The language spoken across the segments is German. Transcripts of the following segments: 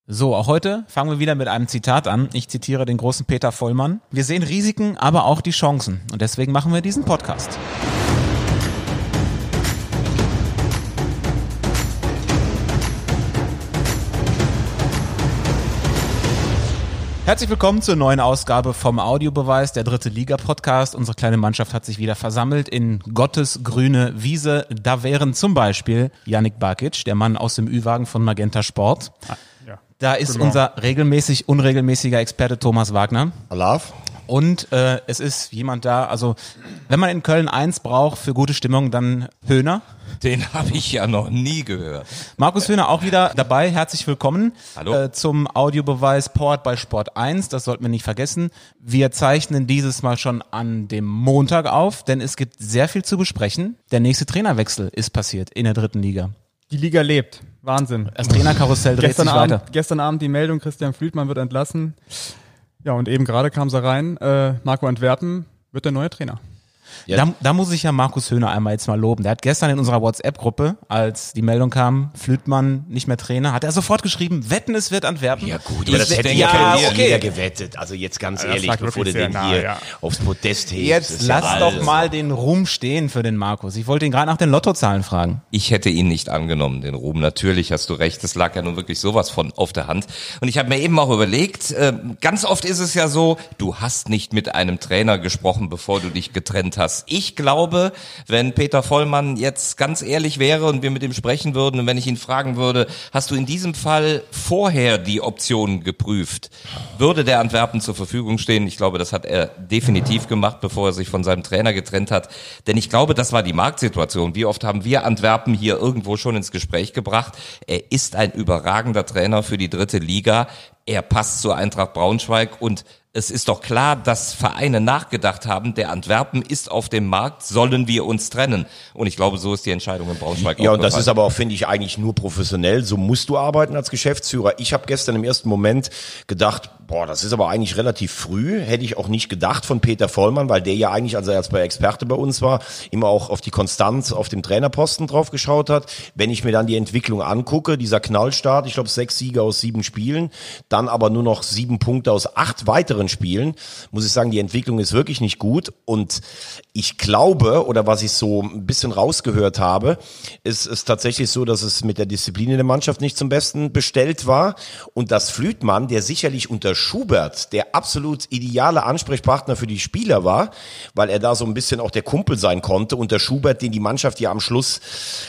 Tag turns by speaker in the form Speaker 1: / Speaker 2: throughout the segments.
Speaker 1: So, auch heute fangen wir wieder mit einem Zitat an. Ich zitiere den großen Peter Vollmann. Wir sehen Risiken, aber auch die Chancen. Und deswegen machen wir diesen Podcast. Herzlich willkommen zur neuen Ausgabe vom Audiobeweis, der 3. Liga-Podcast. Unsere kleine Mannschaft hat sich wieder versammelt in Gottes grüne Wiese. Da wären zum Beispiel Yannick Barkic, der Mann aus dem Ü-Wagen von Magenta Sport. Da ist unser unregelmäßiger Experte Thomas Wagner.
Speaker 2: Alaf.
Speaker 1: Und es ist jemand da, also wenn man in Köln 1 braucht für gute Stimmung, dann Höhner.
Speaker 3: Den habe ich ja noch nie gehört.
Speaker 1: Markus Höhner auch wieder dabei, herzlich willkommen.
Speaker 3: Hallo.
Speaker 1: Zum Audiobeweis powered by Sport 1, das sollten wir nicht vergessen. Wir zeichnen dieses Mal schon an dem Montag auf, denn es gibt sehr viel zu besprechen. Der nächste Trainerwechsel ist passiert in der 3. Liga.
Speaker 4: Die Liga lebt. Wahnsinn.
Speaker 1: Das Trainerkarussell dreht sich weiter.
Speaker 4: Gestern Abend die Meldung, Christian Flütmann wird entlassen. Ja, und eben gerade kam sie rein. Marco Antwerpen wird der neue Trainer.
Speaker 1: Ja. Da muss ich ja Markus Höhner einmal jetzt mal loben. Der hat gestern in unserer WhatsApp-Gruppe, als die Meldung kam, Flütmann nicht mehr Trainer, hat er sofort geschrieben, wetten, es wird Antwerpen.
Speaker 2: Ja gut, aber das hätte ja jeder gewettet. Also jetzt ganz ehrlich, bevor du den hier aufs Podest hebst.
Speaker 1: Jetzt lass doch mal den Ruhm stehen für den Markus. Ich wollte ihn gerade nach den Lottozahlen fragen.
Speaker 3: Ich hätte ihn nicht angenommen, den Ruhm. Natürlich hast du recht, das lag ja nun wirklich sowas von auf der Hand. Und ich habe mir eben auch überlegt, ganz oft ist es ja so, du hast nicht mit einem Trainer gesprochen, bevor du dich getrennt hast. Ich glaube, wenn Peter Vollmann jetzt ganz ehrlich wäre und wir mit ihm sprechen würden und wenn ich ihn fragen würde, hast du in diesem Fall vorher die Optionen geprüft, würde der Antwerpen zur Verfügung stehen? Ich glaube, das hat er definitiv gemacht, bevor er sich von seinem Trainer getrennt hat. Denn ich glaube, das war die Marktsituation. Wie oft haben wir Antwerpen hier irgendwo schon ins Gespräch gebracht? Er ist ein überragender Trainer für die 3. Liga. Er passt zur Eintracht Braunschweig und es ist doch klar, dass Vereine nachgedacht haben, der Antwerpen ist auf dem Markt, sollen wir uns trennen? Und ich glaube, so ist die Entscheidung in Braunschweig.
Speaker 2: Ja, und das ist aber auch, finde ich, eigentlich nur professionell. So musst du arbeiten als Geschäftsführer. Ich habe gestern im ersten Moment gedacht, das ist aber eigentlich relativ früh. Hätte ich auch nicht gedacht von Peter Vollmann, weil der ja eigentlich, als er jetzt bei Experte bei uns war, immer auch auf die Konstanz auf dem Trainerposten drauf geschaut hat. Wenn ich mir dann die Entwicklung angucke, dieser Knallstart, ich glaube 6 Siege aus 7 Spielen, dann aber nur noch 7 Punkte aus 8 weiteren Spielen, muss ich sagen, die Entwicklung ist wirklich nicht gut. Und ich glaube, oder was ich so ein bisschen rausgehört habe, ist es tatsächlich so, dass es mit der Disziplin in der Mannschaft nicht zum Besten bestellt war und dass Flütmann, der sicherlich unter Schubert der absolut ideale Ansprechpartner für die Spieler war, weil er da so ein bisschen auch der Kumpel sein konnte, unter Schubert, den die Mannschaft ja am Schluss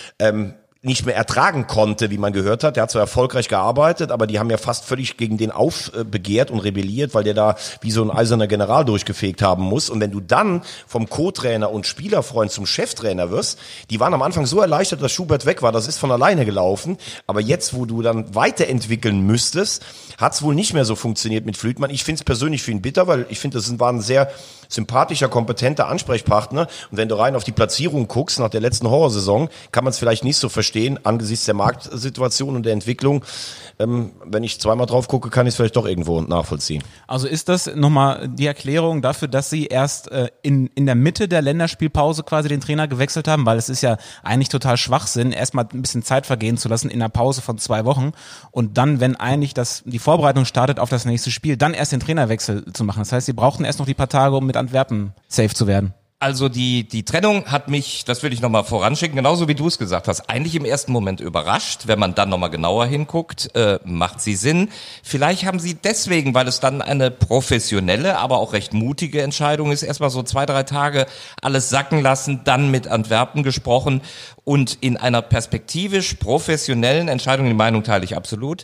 Speaker 2: nicht mehr ertragen konnte, wie man gehört hat. Der hat zwar erfolgreich gearbeitet, aber die haben ja fast völlig gegen den aufbegehrt und rebelliert, weil der da wie so ein eiserner General durchgefegt haben muss. Und wenn du dann vom Co-Trainer und Spielerfreund zum Cheftrainer wirst, die waren am Anfang so erleichtert, dass Schubert weg war, das ist von alleine gelaufen. Aber jetzt, wo du dann weiterentwickeln müsstest, hat es wohl nicht mehr so funktioniert mit Flütmann. Ich finde es persönlich für ihn bitter, weil ich finde, war ein sehr sympathischer, kompetenter Ansprechpartner. Und wenn du rein auf die Platzierung guckst, nach der letzten Horrorsaison, kann man es vielleicht nicht so verstehen, angesichts der Marktsituation und der Entwicklung. Wenn ich zweimal drauf gucke, kann ich es vielleicht doch irgendwo nachvollziehen.
Speaker 1: Also ist das nochmal die Erklärung dafür, dass Sie erst in der Mitte der Länderspielpause quasi den Trainer gewechselt haben? Weil es ist ja eigentlich total Schwachsinn, erstmal ein bisschen Zeit vergehen zu lassen in einer Pause von 2 Wochen und dann, wenn eigentlich die Vorbereitung startet auf das nächste Spiel, dann erst den Trainerwechsel zu machen. Das heißt, Sie brauchten erst noch die paar Tage, um mit Antwerpen safe zu werden.
Speaker 3: Also die Trennung hat mich, das will ich nochmal voranschicken, genauso wie du es gesagt hast, eigentlich im ersten Moment überrascht. Wenn man dann nochmal genauer hinguckt, macht sie Sinn. Vielleicht haben sie deswegen, weil es dann eine professionelle, aber auch recht mutige Entscheidung ist, erstmal so 2-3 Tage alles sacken lassen, dann mit Antwerpen gesprochen und in einer perspektivisch professionellen Entscheidung, die Meinung teile ich absolut,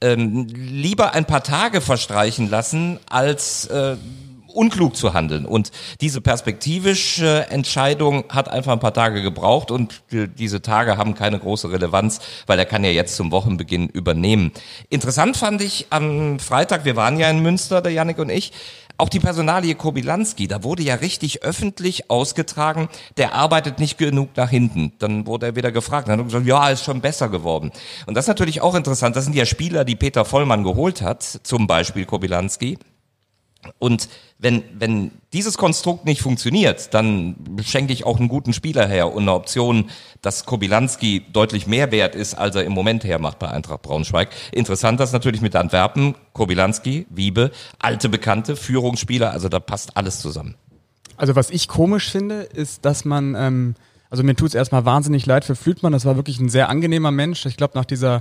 Speaker 3: lieber ein paar Tage verstreichen lassen, als unklug zu handeln. Und diese perspektivische Entscheidung hat einfach ein paar Tage gebraucht und diese Tage haben keine große Relevanz, weil er kann ja jetzt zum Wochenbeginn übernehmen. Interessant fand ich am Freitag, wir waren ja in Münster, der Yannick und ich, auch die Personalie Kobylanski, da wurde ja richtig öffentlich ausgetragen, der arbeitet nicht genug nach hinten. Dann wurde er wieder gefragt, dann hat er gesagt, ja, ist schon besser geworden. Und das ist natürlich auch interessant, das sind ja Spieler, die Peter Vollmann geholt hat, zum Beispiel Kobylanski. Und wenn dieses Konstrukt nicht funktioniert, dann schenke ich auch einen guten Spieler her und eine Option, dass Kobylanski deutlich mehr wert ist, als er im Moment hermacht bei Eintracht Braunschweig. Interessant ist natürlich mit Antwerpen, Kobylanski, Wiebe, alte Bekannte, Führungsspieler, also da passt alles zusammen.
Speaker 4: Also was ich komisch finde, ist, dass man, also mir tut's erstmal wahnsinnig leid für Flütmann, das war wirklich ein sehr angenehmer Mensch. Ich glaube, nach dieser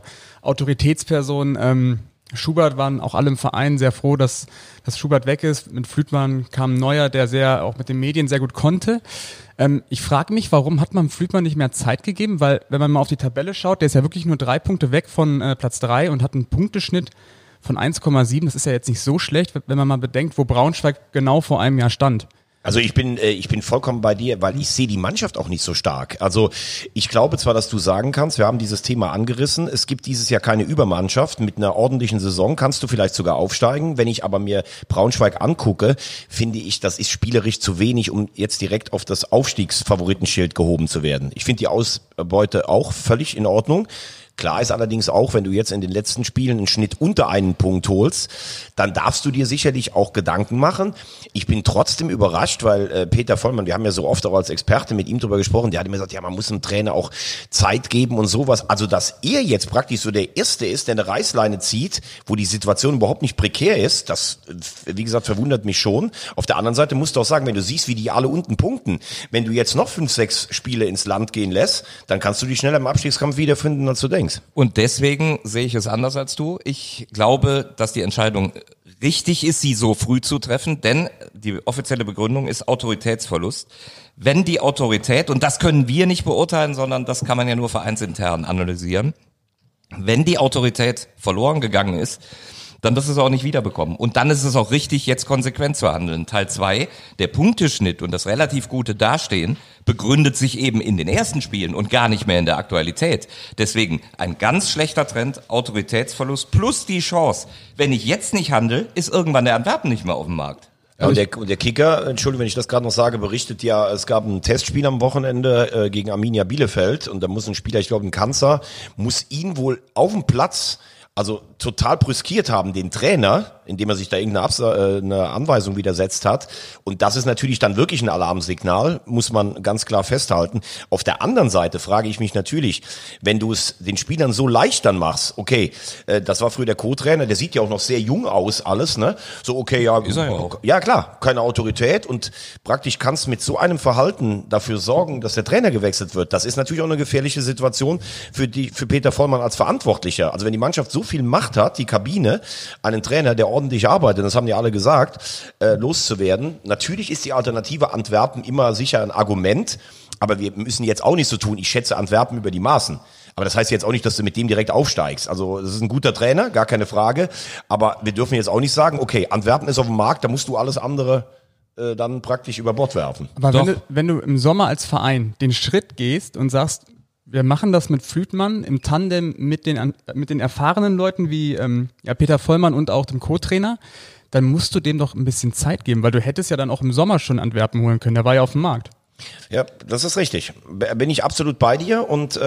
Speaker 4: Autoritätsperson Schubert waren auch alle im Verein sehr froh, dass Schubert weg ist. Mit Flütmann kam ein Neuer, der sehr auch mit den Medien sehr gut konnte. Ich frage mich, warum hat man Flütmann nicht mehr Zeit gegeben? Weil, wenn man mal auf die Tabelle schaut, der ist ja wirklich nur 3 Punkte weg von Platz 3 und hat einen Punkteschnitt von 1,7. Das ist ja jetzt nicht so schlecht, wenn man mal bedenkt, wo Braunschweig genau vor einem Jahr stand.
Speaker 2: Also ich bin vollkommen bei dir, weil ich sehe die Mannschaft auch nicht so stark. Also ich glaube zwar, dass du sagen kannst, wir haben dieses Thema angerissen, es gibt dieses Jahr keine Übermannschaft, mit einer ordentlichen Saison kannst du vielleicht sogar aufsteigen. Wenn ich aber mir Braunschweig angucke, finde ich, das ist spielerisch zu wenig, um jetzt direkt auf das Aufstiegsfavoritenschild gehoben zu werden. Ich finde die Ausbeute auch völlig in Ordnung. Klar ist allerdings auch, wenn du jetzt in den letzten Spielen einen Schnitt unter einen Punkt holst, dann darfst du dir sicherlich auch Gedanken machen. Ich bin trotzdem überrascht, weil Peter Vollmann, wir haben ja so oft auch als Experte mit ihm drüber gesprochen, der hat immer gesagt, ja, man muss dem Trainer auch Zeit geben und sowas. Also, dass er jetzt praktisch so der Erste ist, der eine Reißleine zieht, wo die Situation überhaupt nicht prekär ist, das, wie gesagt, verwundert mich schon. Auf der anderen Seite musst du auch sagen, wenn du siehst, wie die alle unten punkten, wenn du jetzt noch 5, 6 Spiele ins Land gehen lässt, dann kannst du dich schneller im Abstiegskampf wiederfinden, als du denkst.
Speaker 3: Und deswegen sehe ich es anders als du. Ich glaube, dass die Entscheidung richtig ist, sie so früh zu treffen, denn die offizielle Begründung ist Autoritätsverlust. Wenn die Autorität, und das können wir nicht beurteilen, sondern das kann man ja nur vereinsintern analysieren, wenn die Autorität verloren gegangen ist, dann wirst du es auch nicht wiederbekommen. Und dann ist es auch richtig, jetzt konsequent zu handeln. Teil 2, der Punkteschnitt und das relativ gute Dastehen begründet sich eben in den ersten Spielen und gar nicht mehr in der Aktualität. Deswegen ein ganz schlechter Trend, Autoritätsverlust plus die Chance, wenn ich jetzt nicht handle, ist irgendwann der Antwerpen nicht mehr auf dem Markt.
Speaker 2: Ja, und der Kicker, Entschuldigung, wenn ich das gerade noch sage, berichtet ja, es gab ein Testspiel am Wochenende gegen Arminia Bielefeld und da muss ein Spieler, ich glaube ein Kanzer, muss ihn wohl auf dem Platz also total brüskiert haben, den Trainer, indem er sich da irgendeine Anweisung widersetzt hat. Und das ist natürlich dann wirklich ein Alarmsignal, muss man ganz klar festhalten. Auf der anderen Seite frage ich mich natürlich, wenn du es den Spielern so leicht dann machst, okay, das war früher der Co-Trainer, der sieht ja auch noch sehr jung aus, alles, ne? So, okay, ja.
Speaker 3: Ist er ja auch.
Speaker 2: Ja, klar, keine Autorität und praktisch kannst mit so einem Verhalten dafür sorgen, dass der Trainer gewechselt wird. Das ist natürlich auch eine gefährliche Situation für Peter Vollmann als Verantwortlicher. Also wenn die Mannschaft so viel Macht hat, die Kabine, einen Trainer, der ordentlich arbeitet, das haben die alle gesagt, loszuwerden. Natürlich ist die Alternative Antwerpen immer sicher ein Argument, aber wir müssen jetzt auch nicht so tun, ich schätze Antwerpen über die Maßen. Aber das heißt jetzt auch nicht, dass du mit dem direkt aufsteigst. Also das ist ein guter Trainer, gar keine Frage, aber wir dürfen jetzt auch nicht sagen, okay, Antwerpen ist auf dem Markt, da musst du alles andere dann praktisch über Bord werfen.
Speaker 4: Aber wenn du im Sommer als Verein den Schritt gehst und sagst, wir machen das mit Flütmann im Tandem mit den erfahrenen Leuten wie Peter Vollmann und auch dem Co-Trainer, dann musst du dem doch ein bisschen Zeit geben, weil du hättest ja dann auch im Sommer schon Antwerpen holen können, der war ja auf dem Markt.
Speaker 2: Ja, das ist richtig. Bin ich absolut bei dir und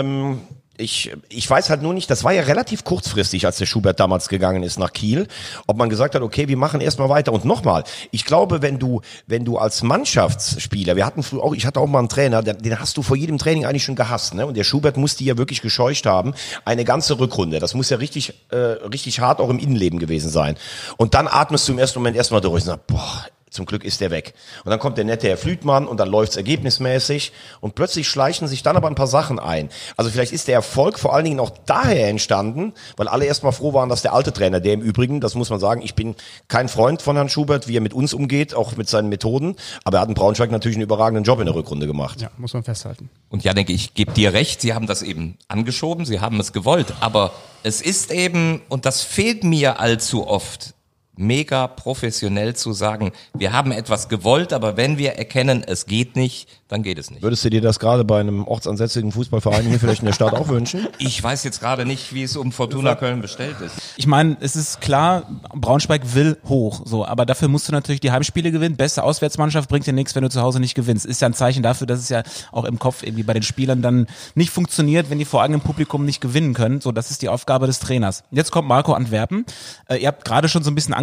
Speaker 2: ich weiß halt nur nicht, das war ja relativ kurzfristig, als der Schubert damals gegangen ist nach Kiel, ob man gesagt hat, okay, wir machen erstmal weiter. Und nochmal, ich glaube, wenn du als Mannschaftsspieler, ich hatte auch mal einen Trainer, den hast du vor jedem Training eigentlich schon gehasst, ne? Und der Schubert musste ja wirklich gescheucht haben, eine ganze Rückrunde. Das muss ja richtig hart auch im Innenleben gewesen sein. Und dann atmest du im ersten Moment erstmal durch und sagst, boah, zum Glück ist der weg. Und dann kommt der nette Herr Flütmann und dann läuft's ergebnismäßig und plötzlich schleichen sich dann aber ein paar Sachen ein. Also vielleicht ist der Erfolg vor allen Dingen auch daher entstanden, weil alle erstmal froh waren, dass der alte Trainer, der im Übrigen, das muss man sagen, ich bin kein Freund von Herrn Schubert, wie er mit uns umgeht, auch mit seinen Methoden, aber er hat in Braunschweig natürlich einen überragenden Job in der Rückrunde gemacht.
Speaker 4: Ja, muss man festhalten.
Speaker 3: Und ja, denke ich, gebe dir recht, Sie haben das eben angeschoben, Sie haben es gewollt, aber es ist eben, und das fehlt mir allzu oft, mega professionell zu sagen, wir haben etwas gewollt, aber wenn wir erkennen, es geht nicht, dann geht es nicht.
Speaker 2: Würdest du dir das gerade bei einem ortsansässigen Fußballverein hier vielleicht in der Stadt auch wünschen?
Speaker 3: Ich weiß jetzt gerade nicht, wie es um Fortuna Köln bestellt ist.
Speaker 1: Ich meine, es ist klar, Braunschweig will hoch, so, aber dafür musst du natürlich die Heimspiele gewinnen. Beste Auswärtsmannschaft bringt dir nichts, wenn du zu Hause nicht gewinnst. Ist ja ein Zeichen dafür, dass es ja auch im Kopf irgendwie bei den Spielern dann nicht funktioniert, wenn die vor eigenem Publikum nicht gewinnen können. So, das ist die Aufgabe des Trainers. Jetzt kommt Marco Antwerpen. Ihr habt gerade schon so ein bisschen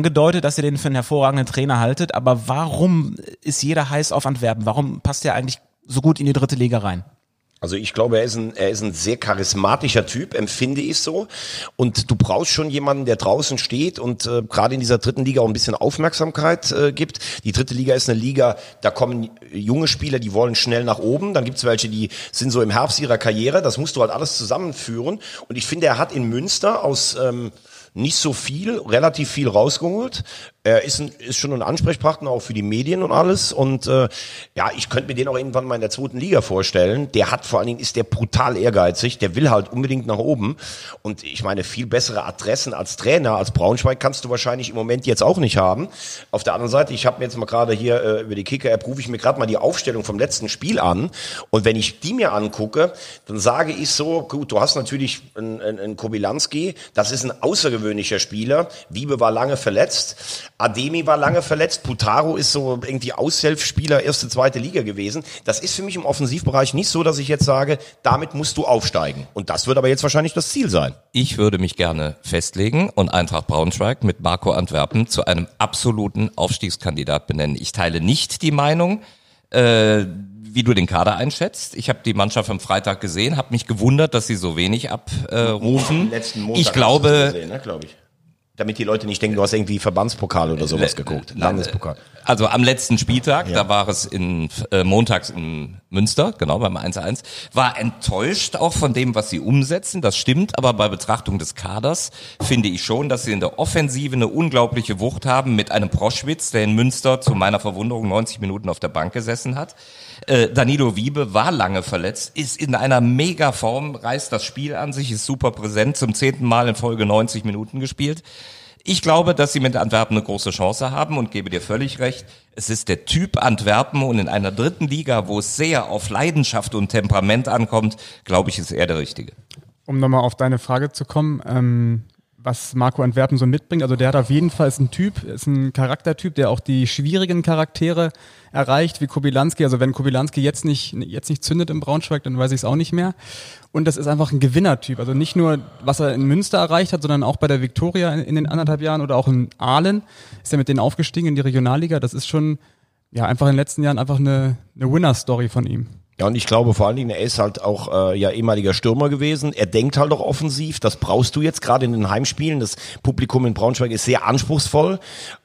Speaker 1: angedeutet, dass ihr den für einen hervorragenden Trainer haltet, aber warum ist jeder heiß auf Antwerpen? Warum passt er eigentlich so gut in die 3. Liga rein?
Speaker 2: Also ich glaube, er ist ein sehr charismatischer Typ, empfinde ich so. Und du brauchst schon jemanden, der draußen steht und gerade in dieser 3. Liga auch ein bisschen Aufmerksamkeit gibt. Die 3. Liga ist eine Liga, da kommen junge Spieler, die wollen schnell nach oben. Dann gibt's welche, die sind so im Herbst ihrer Karriere. Das musst du halt alles zusammenführen. Und ich finde, er hat in Münster aus nicht so viel, relativ viel rausgeholt. Er ist schon ein Ansprechpartner auch für die Medien und alles. Und ja, ich könnte mir den auch irgendwann mal in der 2. Liga vorstellen. Der hat vor allen Dingen, ist der brutal ehrgeizig. Der will halt unbedingt nach oben. Und ich meine, viel bessere Adressen als Trainer, als Braunschweig kannst du wahrscheinlich im Moment jetzt auch nicht haben. Auf der anderen Seite, ich habe mir jetzt mal gerade hier über die Kicker-App, rufe ich mir gerade mal die Aufstellung vom letzten Spiel an. Und wenn ich die mir angucke, dann sage ich so, gut, du hast natürlich einen Kobylanski. Das ist ein außergewöhnlicher Spieler. Wiebe war lange verletzt. Ademi war lange verletzt, Putaro ist so irgendwie Aushelfspieler 1., 2. Liga gewesen. Das ist für mich im Offensivbereich nicht so, dass ich jetzt sage, damit musst du aufsteigen. Und das wird aber jetzt wahrscheinlich das Ziel sein.
Speaker 3: Ich würde mich gerne festlegen und Eintracht Braunschweig mit Marco Antwerpen zu einem absoluten Aufstiegskandidat benennen. Ich teile nicht die Meinung, wie du den Kader einschätzt. Ich habe die Mannschaft am Freitag gesehen, habe mich gewundert, dass sie so wenig abrufen.
Speaker 2: Letzten Montag
Speaker 3: ich glaube,
Speaker 2: gesehen, ne, glaube ich. Damit die Leute nicht denken, du hast irgendwie Verbandspokal oder sowas geguckt. Landespokal.
Speaker 3: Also am letzten Spieltag, da war es montags in Münster, genau, beim 1-1, war enttäuscht auch von dem, was sie umsetzen, das stimmt, aber bei Betrachtung des Kaders finde ich schon, dass sie in der Offensive eine unglaubliche Wucht haben mit einem Proschwitz, der in Münster zu meiner Verwunderung 90 Minuten auf der Bank gesessen hat. Danilo Wiebe war lange verletzt, ist in einer Mega-Form, reißt das Spiel an sich, ist super präsent, zum 10. Mal in Folge 90 Minuten gespielt. Ich glaube, dass sie mit Antwerpen eine große Chance haben und gebe dir völlig recht. Es ist der Typ Antwerpen und in einer 3. Liga, wo es sehr auf Leidenschaft und Temperament ankommt, glaube ich, ist er der Richtige.
Speaker 4: Um nochmal auf deine Frage zu kommen, was Marco Antwerpen so mitbringt, also der hat auf jeden Fall, ist ein Charaktertyp, der auch die schwierigen Charaktere erreicht, wie Kobylanski. Also wenn Kobylanski jetzt nicht zündet im Braunschweig, dann weiß ich es auch nicht mehr. Und das ist einfach ein Gewinnertyp. Also nicht nur, was er in Münster erreicht hat, sondern auch bei der Viktoria in den 1,5 Jahren oder auch in Aalen ist er mit denen aufgestiegen in die Regionalliga. Das ist schon, ja, einfach in den letzten Jahren einfach eine Winner-Story von ihm.
Speaker 2: Ja, und ich glaube vor allen Dingen, er ist halt auch ehemaliger Stürmer gewesen. Er denkt halt auch offensiv. Das brauchst du jetzt gerade in den Heimspielen. Das Publikum in Braunschweig ist sehr anspruchsvoll.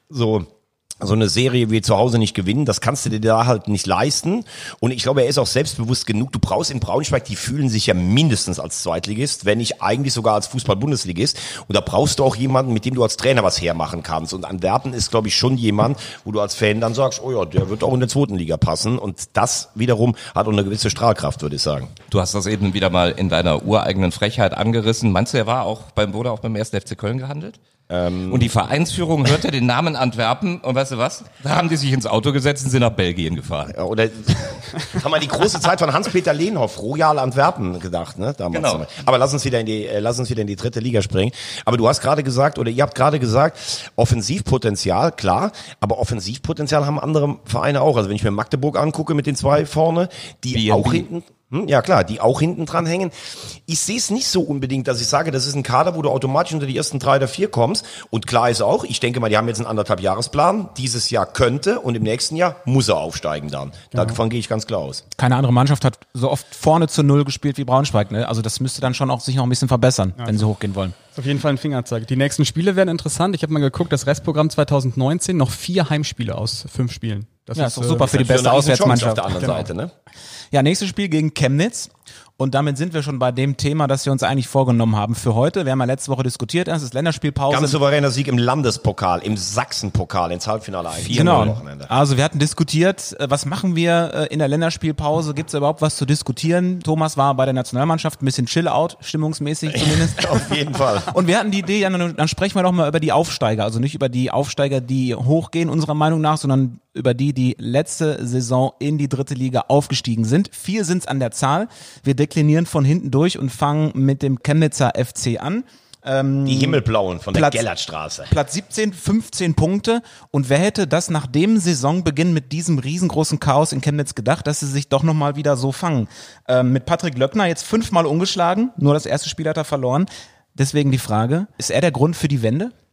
Speaker 2: So eine Serie wie zu Hause nicht gewinnen, das kannst du dir da halt nicht leisten. Und ich glaube, er ist auch selbstbewusst genug. Du brauchst in Braunschweig, die fühlen sich ja mindestens als Zweitligist, wenn nicht eigentlich sogar als Fußball-Bundesligist. Und da brauchst du auch jemanden, mit dem du als Trainer was hermachen kannst. Und Antwerpen ist, glaube ich, schon jemand, wo du als Fan dann sagst, oh ja, der wird auch in der 2. Liga passen. Und das wiederum hat auch eine gewisse Strahlkraft, würde ich sagen.
Speaker 3: Du hast das eben wieder mal in deiner ureigenen Frechheit angerissen. Meinst du, er wurde auch beim 1. FC Köln gehandelt? Und die Vereinsführung hörte den Namen Antwerpen und weißt du was? Da haben die sich ins Auto gesetzt und sind nach Belgien gefahren.
Speaker 2: Ja, oder haben wir die große Zeit von Hans-Peter Lehnhoff, Royal Antwerpen gedacht, ne? Damals. Genau. Aber lass uns wieder in die 3. Liga springen. Aber du hast gerade gesagt, oder ihr habt gerade gesagt, Offensivpotenzial, klar, aber Offensivpotenzial haben andere Vereine auch. Also wenn ich mir Magdeburg angucke mit den 2 vorne, die auch hinten... Ja klar, die auch hinten dran hängen. Ich sehe es nicht so unbedingt, dass ich sage, das ist ein Kader, wo du automatisch unter die ersten 3 oder 4 kommst. Und klar ist auch, ich denke mal, die haben jetzt einen 1,5-Jahresplan. Dieses Jahr könnte und im nächsten Jahr muss er aufsteigen dann. Davon gehe ich ganz klar aus.
Speaker 1: Keine andere Mannschaft hat so oft vorne zu 0 gespielt wie Braunschweig, ne? Also das müsste dann schon auch sich noch ein bisschen verbessern, wenn sie hochgehen wollen.
Speaker 4: Das ist auf jeden Fall ein Fingerzeig. Die nächsten Spiele werden interessant. Ich habe mal geguckt, das Restprogramm 2019, noch 4 Heimspiele aus 5 Spielen.
Speaker 1: Das ist doch super für die beste Auswärtsmannschaft.
Speaker 2: Auf der anderen Seite, ne?
Speaker 1: Ja, nächstes Spiel gegen Chemnitz. Und damit sind wir schon bei dem Thema, das wir uns eigentlich vorgenommen haben für heute. Wir haben ja letzte Woche diskutiert, es ist Länderspielpause.
Speaker 2: Ganz souveräner Sieg im Landespokal, im Sachsenpokal, ins Halbfinale eigentlich.
Speaker 1: Genau. Wochenende. Also wir hatten diskutiert, was machen wir in der Länderspielpause? Gibt es überhaupt was zu diskutieren? Thomas war bei der Nationalmannschaft ein bisschen Chill-out, stimmungsmäßig zumindest.
Speaker 2: Auf jeden Fall.
Speaker 1: Und wir hatten die Idee, ja, dann sprechen wir doch mal über die Aufsteiger. Also nicht über die Aufsteiger, die hochgehen, unserer Meinung nach, sondern über die letzte Saison in die 3. Liga aufgestiegen sind. 4 sind es an der Zahl. Wir deklinieren von hinten durch und fangen mit dem Chemnitzer FC an.
Speaker 2: Die Himmelblauen von der Gellertstraße.
Speaker 1: Platz 17, 15 Punkte. Und wer hätte das nach dem Saisonbeginn mit diesem riesengroßen Chaos in Chemnitz gedacht, dass sie sich doch nochmal wieder so fangen? Mit Patrick Löckner jetzt 5-mal ungeschlagen, nur das erste Spiel hat er verloren. Deswegen die Frage, ist er der Grund für die Wende?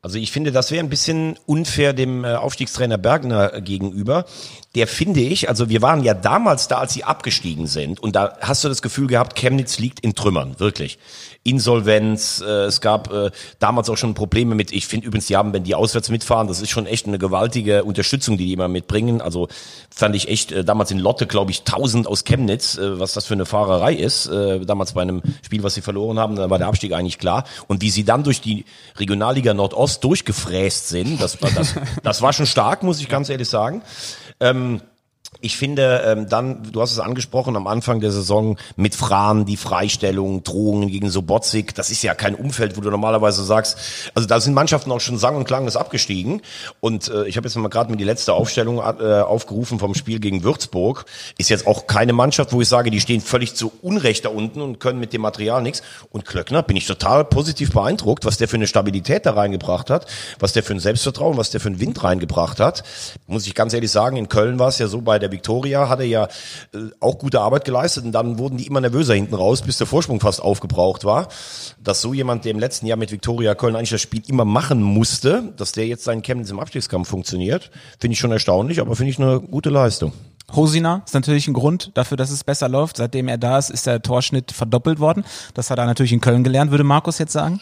Speaker 2: Also ich finde, das wäre ein bisschen unfair dem Aufstiegstrainer Bergner gegenüber. Der finde ich, also wir waren ja damals da, als sie abgestiegen sind und da hast du das Gefühl gehabt, Chemnitz liegt in Trümmern, wirklich. Insolvenz, es gab damals auch schon Probleme mit, ich finde übrigens, wenn die auswärts mitfahren, das ist schon echt eine gewaltige Unterstützung, die immer mitbringen. Also fand ich echt, damals in Lotte, glaube ich, 1000 aus Chemnitz, was das für eine Fahrerei ist. Damals bei einem Spiel, was sie verloren haben, da war der Abstieg eigentlich klar. Und wie sie dann durch die Regionalliga Nordost durchgefräst sind, das war schon stark, muss ich ganz ehrlich sagen. Ich finde, dann, du hast es angesprochen, am Anfang der Saison mit Frahn, die Freistellung, Drohungen gegen Sobotzik, das ist ja kein Umfeld, wo du normalerweise sagst, also da sind Mannschaften auch schon sang- und klanglos abgestiegen und ich habe jetzt mal gerade mir die letzte Aufstellung aufgerufen vom Spiel gegen Würzburg, ist jetzt auch keine Mannschaft, wo ich sage, die stehen völlig zu Unrecht da unten und können mit dem Material nichts und Klöckner bin ich total positiv beeindruckt, was der für eine Stabilität da reingebracht hat, was der für ein Selbstvertrauen, was der für einen Wind reingebracht hat, muss ich ganz ehrlich sagen, in Köln war es ja so, bei der Viktoria hat er ja auch gute Arbeit geleistet und dann wurden die immer nervöser hinten raus, bis der Vorsprung fast aufgebraucht war. Dass so jemand, der im letzten Jahr mit Viktoria Köln eigentlich das Spiel immer machen musste, dass der jetzt seinen Chemnitz im Abstiegskampf funktioniert, finde ich schon erstaunlich, aber finde ich eine gute Leistung.
Speaker 1: Hosina ist natürlich ein Grund dafür, dass es besser läuft. Seitdem er da ist der Torschnitt verdoppelt worden. Das hat er natürlich in Köln gelernt, würde Markus jetzt sagen.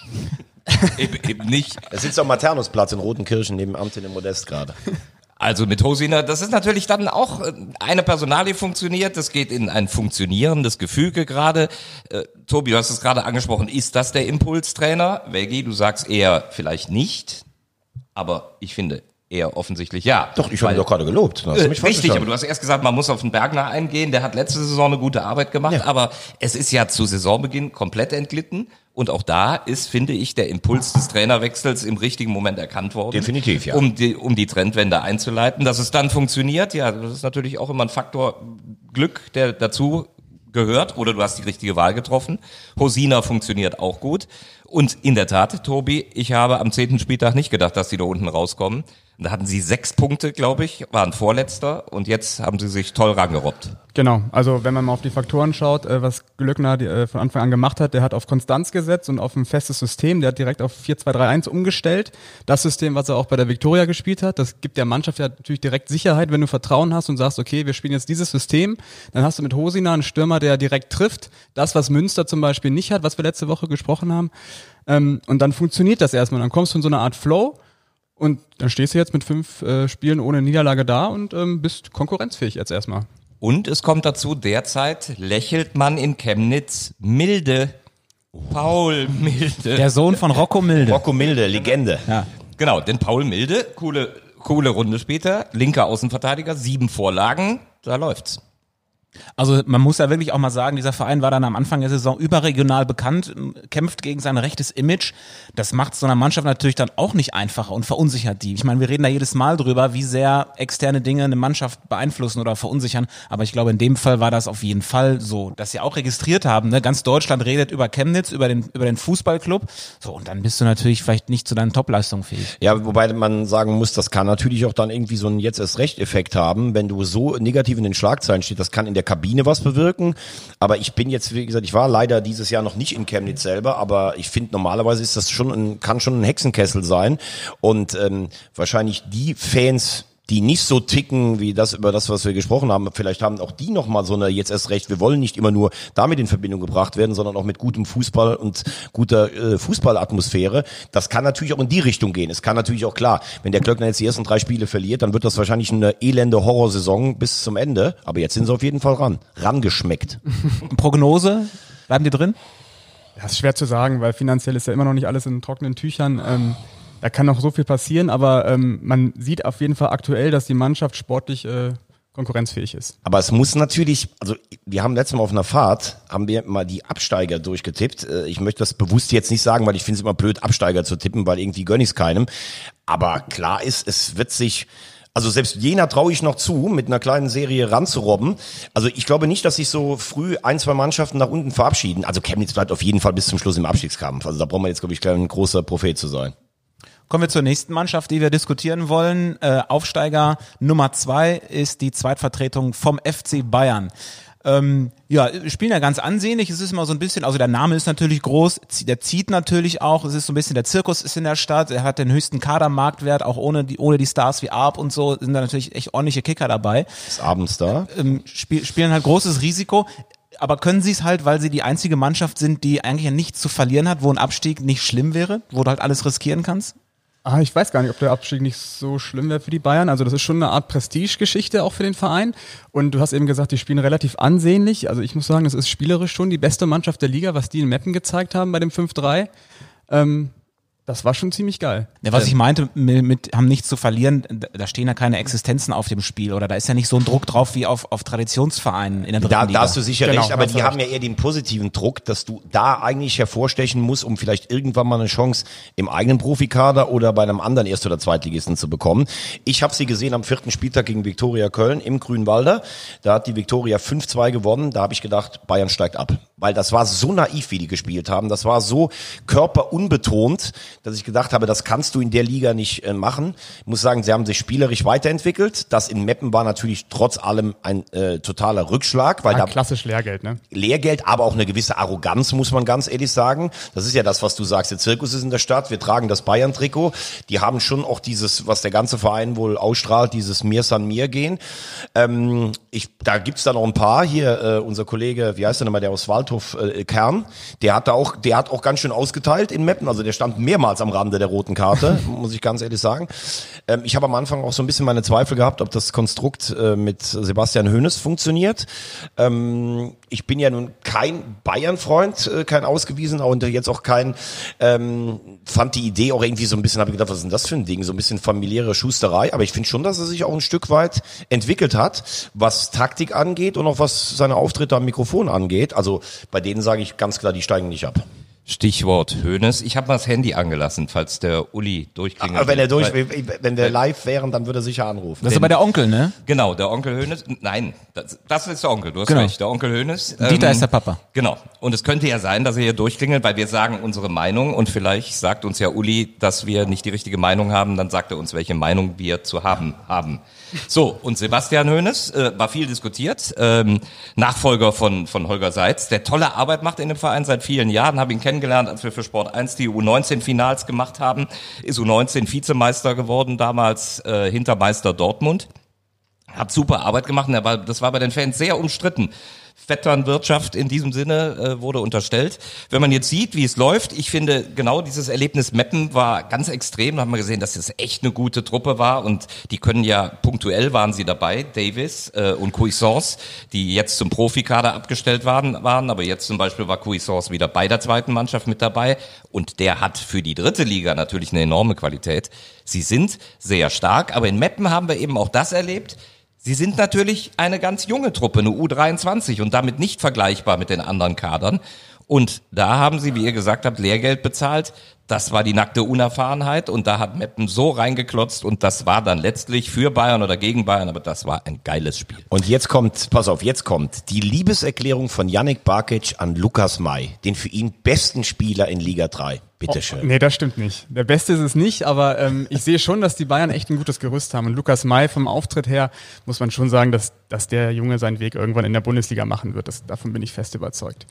Speaker 3: Eben nicht.
Speaker 2: Er sitzt am Maternusplatz in Rotenkirchen neben Amtin im Modest gerade.
Speaker 3: Also mit Hosina, das ist natürlich dann auch eine Personalie funktioniert, das geht in ein funktionierendes Gefüge gerade. Tobi, du hast es gerade angesprochen, ist das der Impulstrainer? Veggi, du sagst eher vielleicht nicht, aber ich finde eher offensichtlich ja.
Speaker 2: Doch, ich habe ihn doch gerade gelobt.
Speaker 3: Richtig, aber du hast erst gesagt, man muss auf den Bergner eingehen, der hat letzte Saison eine gute Arbeit gemacht, ja. Aber es ist ja zu Saisonbeginn komplett entglitten. Und auch da ist, finde ich, der Impuls des Trainerwechsels im richtigen Moment erkannt worden.
Speaker 2: Definitiv, ja.
Speaker 3: Um die Trendwende einzuleiten. Dass es dann funktioniert, ja, das ist natürlich auch immer ein Faktor Glück, der dazu gehört. Oder du hast die richtige Wahl getroffen. Hosina funktioniert auch gut. Und in der Tat, Tobi, ich habe am 10. Spieltag nicht gedacht, dass die da unten rauskommen. Und da hatten sie 6 Punkte, glaube ich, waren Vorletzter und jetzt haben sie sich toll rangerobbt.
Speaker 4: Genau, also wenn man mal auf die Faktoren schaut, was Glöckner von Anfang an gemacht hat, der hat auf Konstanz gesetzt und auf ein festes System, der hat direkt auf 4-2-3-1 umgestellt. Das System, was er auch bei der Viktoria gespielt hat, das gibt der Mannschaft ja natürlich direkt Sicherheit, wenn du Vertrauen hast und sagst, okay, wir spielen jetzt dieses System, dann hast du mit Hosina einen Stürmer, der direkt trifft, das, was Münster zum Beispiel nicht hat, was wir letzte Woche gesprochen haben, und dann funktioniert das erstmal, dann kommst du in so eine Art Flow. Und dann stehst du jetzt mit 5 Spielen ohne Niederlage da und bist konkurrenzfähig jetzt erstmal.
Speaker 3: Und es kommt dazu, derzeit lächelt man in Chemnitz Milde. Paul Milde.
Speaker 1: Der Sohn von Rocco Milde.
Speaker 2: Rocco Milde, Legende.
Speaker 1: Ja.
Speaker 3: Genau, denn Paul Milde, coole Runde später, linker Außenverteidiger, 7 Vorlagen, da läuft's.
Speaker 1: Also man muss ja wirklich auch mal sagen, dieser Verein war dann am Anfang der Saison überregional bekannt, kämpft gegen sein rechtes Image. Das macht so einer Mannschaft natürlich dann auch nicht einfacher und verunsichert die. Ich meine, wir reden da jedes Mal drüber, wie sehr externe Dinge eine Mannschaft beeinflussen oder verunsichern. Aber ich glaube, in dem Fall war das auf jeden Fall so, dass sie auch registriert haben. Ne? Ganz Deutschland redet über Chemnitz, über den Fußballclub. So, und dann bist du natürlich vielleicht nicht zu deinen Topleistungen fähig.
Speaker 2: Ja, wobei man sagen muss, das kann natürlich auch dann irgendwie so einen Jetzt-erst-recht-Effekt haben, wenn du so negativ in den Schlagzeilen stehst. Das kann in der Kabine was bewirken, aber ich bin jetzt, wie gesagt, ich war leider dieses Jahr noch nicht in Chemnitz selber, aber ich finde, normalerweise ist das kann schon ein Hexenkessel sein und wahrscheinlich die Fans, die nicht so ticken wie das, über das, was wir gesprochen haben, vielleicht haben auch die nochmal so eine jetzt erst recht, wir wollen nicht immer nur damit in Verbindung gebracht werden, sondern auch mit gutem Fußball und guter Fußballatmosphäre. Das kann natürlich auch in die Richtung gehen. Es kann natürlich auch, klar, wenn der Klöckner jetzt die ersten 3 Spiele verliert, dann wird das wahrscheinlich eine elende Horrorsaison bis zum Ende. Aber jetzt sind sie auf jeden Fall rangeschmeckt.
Speaker 1: Prognose, bleiben die drin?
Speaker 4: Das ist schwer zu sagen, weil finanziell ist ja immer noch nicht alles in trockenen Tüchern. Da kann noch so viel passieren, aber man sieht auf jeden Fall aktuell, dass die Mannschaft sportlich konkurrenzfähig ist.
Speaker 2: Aber es muss natürlich, also wir haben letztes Mal auf einer Fahrt, haben wir mal die Absteiger durchgetippt. Ich möchte das bewusst jetzt nicht sagen, weil ich finde es immer blöd, Absteiger zu tippen, weil irgendwie gönn ich es keinem. Aber klar ist, es wird sich... Also selbst Jena traue ich noch zu, mit einer kleinen Serie ranzurobben. Also ich glaube nicht, dass sich so früh 1, 2 Mannschaften nach unten verabschieden. Also Chemnitz bleibt auf jeden Fall bis zum Schluss im Abstiegskampf. Also da braucht man jetzt, glaube ich, kein großer Prophet zu sein.
Speaker 1: Kommen wir zur nächsten Mannschaft, die wir diskutieren wollen. Aufsteiger Nummer 2 ist die Zweitvertretung vom FC Bayern. Spielen ja ganz ansehnlich. Es ist immer so ein bisschen, also der Name ist natürlich groß, der zieht natürlich auch. Es ist so ein bisschen, der Zirkus ist in der Stadt. Er hat den höchsten Kadermarktwert, auch ohne die Stars wie Arp und so, sind da natürlich echt ordentliche Kicker dabei.
Speaker 2: Ist abends da.
Speaker 1: Spielen halt großes Risiko. Aber können sie es halt, weil sie die einzige Mannschaft sind, die eigentlich ja nichts zu verlieren hat, wo ein Abstieg nicht schlimm wäre, wo du halt alles riskieren kannst?
Speaker 4: Ich weiß gar nicht, ob der Abstieg nicht so schlimm wäre für die Bayern. Also das ist schon eine Art Prestigegeschichte auch für den Verein. Und du hast eben gesagt, die spielen relativ ansehnlich. Also ich muss sagen, das ist spielerisch schon die beste Mannschaft der Liga, was die in Meppen gezeigt haben bei dem 5-3. Das war schon ziemlich geil.
Speaker 1: Ja, was ich meinte, mit haben nichts zu verlieren, da stehen ja keine Existenzen auf dem Spiel oder da ist ja nicht so ein Druck drauf wie auf Traditionsvereinen in der dritten Liga.
Speaker 2: Da hast du sicher recht, aber die
Speaker 4: recht.
Speaker 2: haben ja eher den positiven Druck, dass du da eigentlich hervorstechen musst, um vielleicht irgendwann mal eine Chance im eigenen Profikader oder bei einem anderen Erst- oder Zweitligisten zu bekommen. Ich habe sie gesehen am 4. Spieltag gegen Viktoria Köln im Grünwalder. Da hat die Viktoria 5-2 gewonnen. Da habe ich gedacht, Bayern steigt ab. Weil das war so naiv, wie die gespielt haben. Das war so körperunbetont, dass ich gedacht habe, das kannst du in der Liga nicht machen. Ich muss sagen, sie haben sich spielerisch weiterentwickelt. Das in Meppen war natürlich trotz allem ein totaler Rückschlag. Weil
Speaker 4: klassisch Lehrgeld, ne?
Speaker 2: Lehrgeld, aber auch eine gewisse Arroganz, muss man ganz ehrlich sagen. Das ist ja das, was du sagst. Der Zirkus ist in der Stadt. Wir tragen das Bayern-Trikot. Die haben schon auch dieses, was der ganze Verein wohl ausstrahlt, dieses Mir San Mir gehen. Da gibt's da noch ein paar. Hier, unser Kollege, wie heißt der nochmal, der aus Waldhof, Kern, der hat auch ganz schön ausgeteilt in Meppen. Also der stand mehrmals am Rande der roten Karte, muss ich ganz ehrlich sagen. Ich habe am Anfang auch so ein bisschen meine Zweifel gehabt, ob das Konstrukt mit Sebastian Hoeneß funktioniert. Ich bin ja nun kein Bayern-Freund, kein ausgewiesener und jetzt auch kein, fand die Idee auch irgendwie so ein bisschen, habe ich gedacht, was ist denn das für ein Ding? So ein bisschen familiäre Schusterei, aber ich finde schon, dass er sich auch ein Stück weit entwickelt hat, was Taktik angeht und auch was seine Auftritte am Mikrofon angeht. Also bei denen sage ich ganz klar, die steigen nicht ab.
Speaker 3: Stichwort Hoeneß. Ich habe mal das Handy angelassen, falls der Uli durchklingelt.
Speaker 2: Wenn wir live wären, dann würde er sicher anrufen.
Speaker 1: Das ist aber der Onkel, ne?
Speaker 3: Genau, der Onkel Hoeneß. Nein, das ist der Onkel, du hast recht. Der Onkel Hoeneß.
Speaker 1: Dieter ist der Papa.
Speaker 3: Genau. Und es könnte ja sein, dass er hier durchklingelt, weil wir sagen unsere Meinung und vielleicht sagt uns ja Uli, dass wir nicht die richtige Meinung haben, dann sagt er uns, welche Meinung wir zu haben. So, und Sebastian Hoeneß war viel diskutiert, Nachfolger von Holger Seitz, der tolle Arbeit macht in dem Verein seit vielen Jahren, habe ihn kennengelernt, als wir für Sport 1 die U19-Finals gemacht haben, ist U19-Vizemeister geworden, damals hinter Meister Dortmund, hat super Arbeit gemacht und das war bei den Fans sehr umstritten. Vetternwirtschaft in diesem Sinne wurde unterstellt. Wenn man jetzt sieht, wie es läuft, ich finde, genau dieses Erlebnis Meppen war ganz extrem. Da haben wir gesehen, dass das echt eine gute Truppe war und die können ja, punktuell waren sie dabei, Davis und Cuisance, die jetzt zum Profikader abgestellt waren, aber jetzt zum Beispiel war Cuisance wieder bei der zweiten Mannschaft mit dabei und der hat für die dritte Liga natürlich eine enorme Qualität. Sie sind sehr stark, aber in Meppen haben wir eben auch das erlebt. Sie sind natürlich eine ganz junge Truppe, eine U23 und damit nicht vergleichbar mit den anderen Kadern. Und da haben sie, wie ihr gesagt habt, Lehrgeld bezahlt. Das war die nackte Unerfahrenheit und da hat Meppen so reingeklotzt und das war dann letztlich für Bayern oder gegen Bayern, aber das war ein geiles Spiel.
Speaker 2: Und jetzt kommt die Liebeserklärung von Yannick Barkic an Lukas May, den für ihn besten Spieler in Liga 3. Bitteschön.
Speaker 4: Nee, das stimmt nicht. Der Beste ist es nicht, aber ich sehe schon, dass die Bayern echt ein gutes Gerüst haben. Und Lukas May vom Auftritt her muss man schon sagen, dass der Junge seinen Weg irgendwann in der Bundesliga machen wird. Davon bin ich fest überzeugt.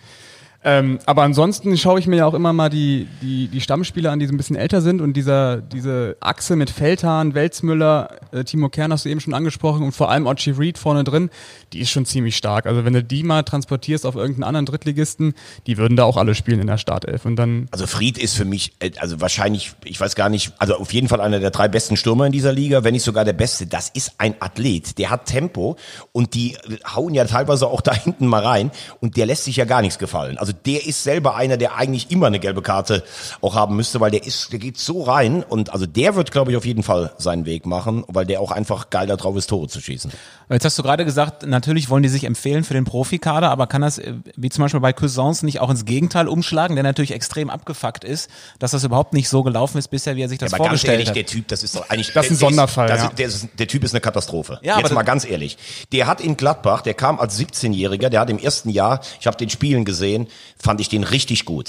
Speaker 4: Aber ansonsten schaue ich mir ja auch immer mal die Stammspieler an, die so ein bisschen älter sind und diese Achse mit Feldhahn, Welzmüller, Timo Kern hast du eben schon angesprochen und vor allem Ochi Reed vorne drin, die ist schon ziemlich stark. Also wenn du die mal transportierst auf irgendeinen anderen Drittligisten, die würden da auch alle spielen in der Startelf und dann.
Speaker 2: Also Fried ist für mich, also wahrscheinlich, ich weiß gar nicht, also auf jeden Fall einer der 3 besten Stürmer in dieser Liga, wenn nicht sogar der Beste. Das ist ein Athlet, der hat Tempo und die hauen ja teilweise auch da hinten mal rein und der lässt sich ja gar nichts gefallen. Also der ist selber einer, der eigentlich immer eine gelbe Karte auch haben müsste, weil der geht so rein und also der wird, glaube ich, auf jeden Fall seinen Weg machen, weil der auch einfach geil da drauf ist, Tore zu schießen.
Speaker 1: Jetzt hast du gerade gesagt, natürlich wollen die sich empfehlen für den Profikader, aber kann das, wie zum Beispiel bei Cuisance, nicht auch ins Gegenteil umschlagen, der natürlich extrem abgefuckt ist, dass das überhaupt nicht so gelaufen ist bisher, wie er sich das vorgestellt hat?
Speaker 2: Der Typ, das ist doch eigentlich...
Speaker 4: Das ist ein Sonderfall,
Speaker 2: der Typ ist eine Katastrophe.
Speaker 1: Ja,
Speaker 2: jetzt mal ganz ehrlich. Der hat in Gladbach, der kam als 17-Jähriger, der hat im ersten Jahr, ich habe den Spielen gesehen, fand ich den richtig gut.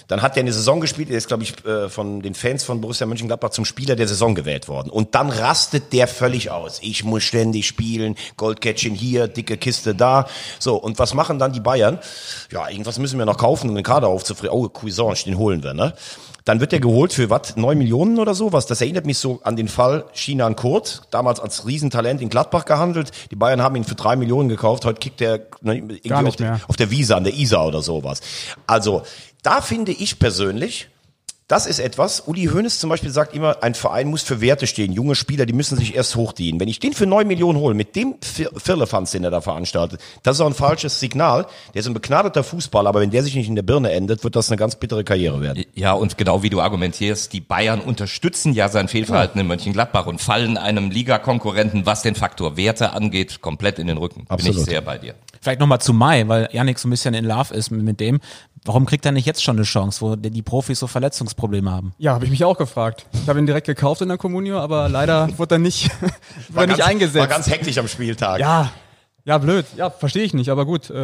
Speaker 2: Dann hat der eine Saison gespielt, der ist, glaube ich, von den Fans von Borussia Mönchengladbach zum Spieler der Saison gewählt worden. Und dann rastet der völlig aus. Ich muss ständig spielen, Goldkettchen hier, dicke Kiste da. So, und was machen dann die Bayern? Ja, irgendwas müssen wir noch kaufen, um den Kader aufzufrieren. Oh, Cuisance, den holen wir, ne? Dann wird der geholt für 9 Millionen oder sowas. Das erinnert mich so an den Fall Sinan Kurt, damals als Riesentalent in Gladbach gehandelt. Die Bayern haben ihn für 3 Millionen gekauft. Heute kickt er irgendwie auf der Wiese, an der Isar oder sowas. Also, da finde ich persönlich, das ist etwas, Uli Hoeneß zum Beispiel sagt immer, ein Verein muss für Werte stehen. Junge Spieler, die müssen sich erst hochdienen. Wenn ich den für 9 Millionen hole, mit dem Firlefanz, den er da veranstaltet, das ist auch ein falsches Signal. Der ist ein begnadeter Fußballer, aber wenn der sich nicht in der Birne endet, wird das eine ganz bittere Karriere werden.
Speaker 3: Ja, und genau wie du argumentierst, die Bayern unterstützen ja sein Fehlverhalten in Mönchengladbach und fallen einem Ligakonkurrenten, was den Faktor Werte angeht, komplett in den Rücken.
Speaker 2: Absolut.
Speaker 3: Bin ich sehr bei dir.
Speaker 1: Vielleicht nochmal zu Mai, weil Yannick so ein bisschen in Love ist mit dem. Warum kriegt er nicht jetzt schon eine Chance, wo die Profis so Verletzungsprobleme haben?
Speaker 4: Ja, habe ich mich auch gefragt. Ich habe ihn direkt gekauft in der Comunio, aber leider wurde er nicht, eingesetzt.
Speaker 2: War ganz hektisch am Spieltag.
Speaker 4: Ja, blöd. Ja, verstehe ich nicht, aber gut.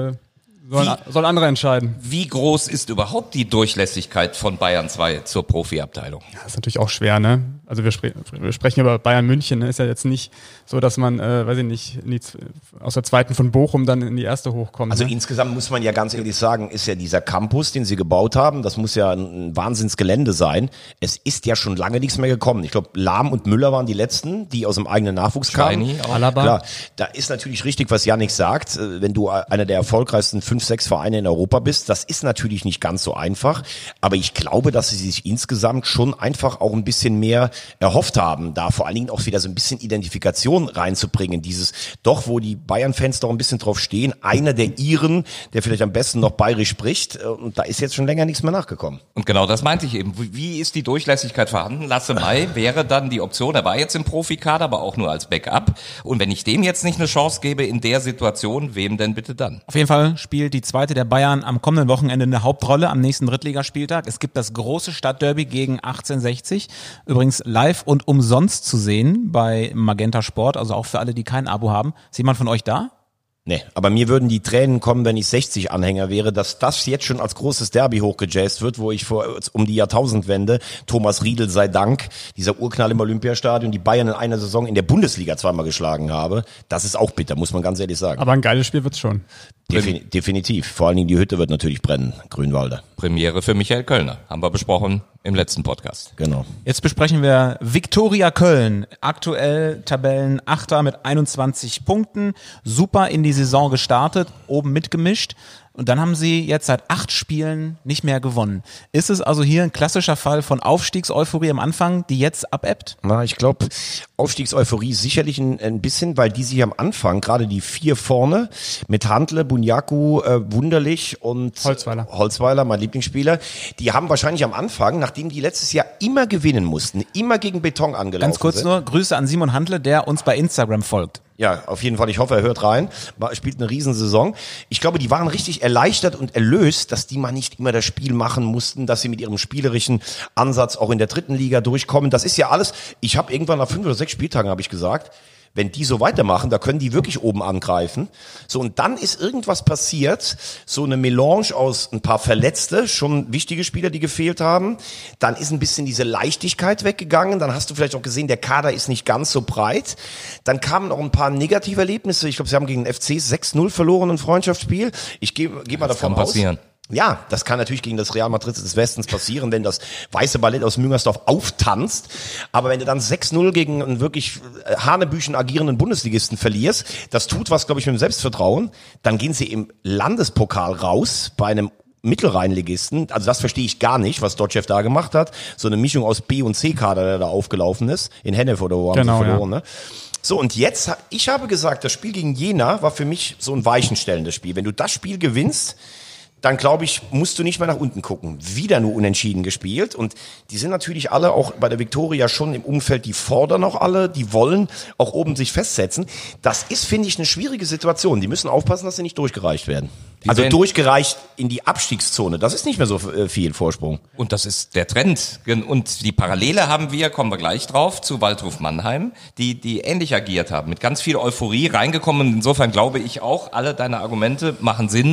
Speaker 4: Sollen andere entscheiden.
Speaker 3: Wie groß ist überhaupt die Durchlässigkeit von Bayern 2 zur Profiabteilung?
Speaker 4: Ja, ist natürlich auch schwer, ne? Also wir sprechen über Bayern München, ne? Ist ja jetzt nicht so, dass man, weiß ich nicht, aus der zweiten von Bochum dann in die erste hochkommt.
Speaker 2: Also
Speaker 4: ne?
Speaker 2: insgesamt muss man ja ganz ehrlich sagen, ist ja dieser Campus, den sie gebaut haben, das muss ja ein Wahnsinnsgelände sein. Es ist ja schon lange nichts mehr gekommen. Ich glaube, Lahm und Müller waren die letzten, die aus dem eigenen Nachwuchs kamen.
Speaker 4: Alaba.
Speaker 2: Klar, da ist natürlich richtig, was Yannick sagt, wenn du einer der erfolgreichsten 5-6 Vereine in Europa bist, das ist natürlich nicht ganz so einfach, aber ich glaube, dass sie sich insgesamt schon einfach auch ein bisschen mehr erhofft haben, da vor allen Dingen auch wieder so ein bisschen Identifikation reinzubringen, dieses doch, wo die Bayern-Fans doch ein bisschen drauf stehen, einer der Iren, der vielleicht am besten noch bayerisch spricht, und da ist jetzt schon länger nichts mehr nachgekommen.
Speaker 3: Und genau das meinte ich eben. Wie ist die Durchlässigkeit vorhanden? Lasse May wäre dann die Option, er war jetzt im Profikader, aber auch nur als Backup, und wenn ich dem jetzt nicht eine Chance gebe in der Situation, wem denn bitte dann?
Speaker 1: Auf jeden Fall spielt die zweite der Bayern am kommenden Wochenende eine Hauptrolle am nächsten Drittligaspieltag. Es gibt das große Stadtderby gegen 1860. Übrigens live und umsonst zu sehen bei Magenta Sport, also auch für alle, die kein Abo haben. Ist jemand von euch da?
Speaker 2: Nee, aber mir würden die Tränen kommen, wenn ich 60-Anhänger wäre, dass das jetzt schon als großes Derby hochgejazzt wird, wo ich um die Jahrtausendwende, Thomas Riedl sei Dank, dieser Urknall im Olympiastadion, die Bayern in einer Saison in der Bundesliga zweimal geschlagen habe. Das ist auch bitter, muss man ganz ehrlich sagen.
Speaker 4: Aber ein geiles Spiel wird's schon.
Speaker 2: Definitiv. Vor allen Dingen die Hütte wird natürlich brennen, Grünwalder.
Speaker 3: Premiere für Michael Kölner, haben wir besprochen im letzten Podcast.
Speaker 2: Genau.
Speaker 1: Jetzt besprechen wir Viktoria Köln, aktuell Tabellenachter mit 21 Punkten, super in die Saison gestartet, oben mitgemischt. Und dann haben sie jetzt seit 8 Spielen nicht mehr gewonnen. Ist es also hier ein klassischer Fall von Aufstiegseuphorie am Anfang, die jetzt abebbt?
Speaker 2: Na, ich glaube, Aufstiegseuphorie sicherlich ein bisschen, weil die sich am Anfang, gerade die 4 vorne, mit Handle, Bunyaku, Wunderlich und Holzweiler, mein Lieblingsspieler, die haben wahrscheinlich am Anfang, nachdem die letztes Jahr immer gewinnen mussten, immer gegen Beton angelaufen sind.
Speaker 1: Ganz kurz nur, Grüße an Simon Handle, der uns bei Instagram folgt.
Speaker 2: Ja, auf jeden Fall. Ich hoffe, er hört rein. Spielt eine Riesensaison. Ich glaube, die waren richtig erleichtert und erlöst, dass die mal nicht immer das Spiel machen mussten, dass sie mit ihrem spielerischen Ansatz auch in der 3. Liga durchkommen. Das ist ja alles. Ich habe irgendwann nach 5 oder 6 Spieltagen habe ich gesagt, wenn die so weitermachen, da können die wirklich oben angreifen. So, und dann ist irgendwas passiert, so eine Melange aus ein paar Verletzte, schon wichtige Spieler, die gefehlt haben. Dann ist ein bisschen diese Leichtigkeit weggegangen. Dann hast du vielleicht auch gesehen, der Kader ist nicht ganz so breit. Dann kamen noch ein paar negative Erlebnisse. Ich glaube, sie haben gegen den FC 6-0 verloren, ein Freundschaftsspiel. Ich gehe mal davon aus. Ja, das kann natürlich gegen das Real Madrid des Westens passieren, wenn das weiße Ballett aus Müngersdorf auftanzt. Aber wenn du dann 6-0 gegen einen wirklich hanebüchen agierenden Bundesligisten verlierst, das tut was, glaube ich, mit dem Selbstvertrauen. Dann gehen sie im Landespokal raus bei einem Mittelrheinligisten. Also das verstehe ich gar nicht, was Dotschew da gemacht hat. So eine Mischung aus B- und C-Kader, der da aufgelaufen ist. In Hennef oder wo haben sie verloren, ne? So, und jetzt, ich habe gesagt, das Spiel gegen Jena war für mich so ein weichenstellendes Spiel. Wenn du das Spiel gewinnst, dann glaube ich, musst du nicht mehr nach unten gucken. Wieder nur unentschieden gespielt. Und die sind natürlich alle auch bei der Viktoria schon im Umfeld, die fordern auch alle, die wollen auch oben sich festsetzen. Das ist, finde ich, eine schwierige Situation. Die müssen aufpassen, dass sie nicht durchgereicht werden. Also durchgereicht in die Abstiegszone. Das ist nicht mehr so viel Vorsprung.
Speaker 3: Und das ist der Trend. Und die Parallele haben wir, kommen wir gleich drauf, zu Waldhof Mannheim, die ähnlich agiert haben. Mit ganz viel Euphorie reingekommen. Und insofern glaube ich auch, alle deine Argumente machen Sinn.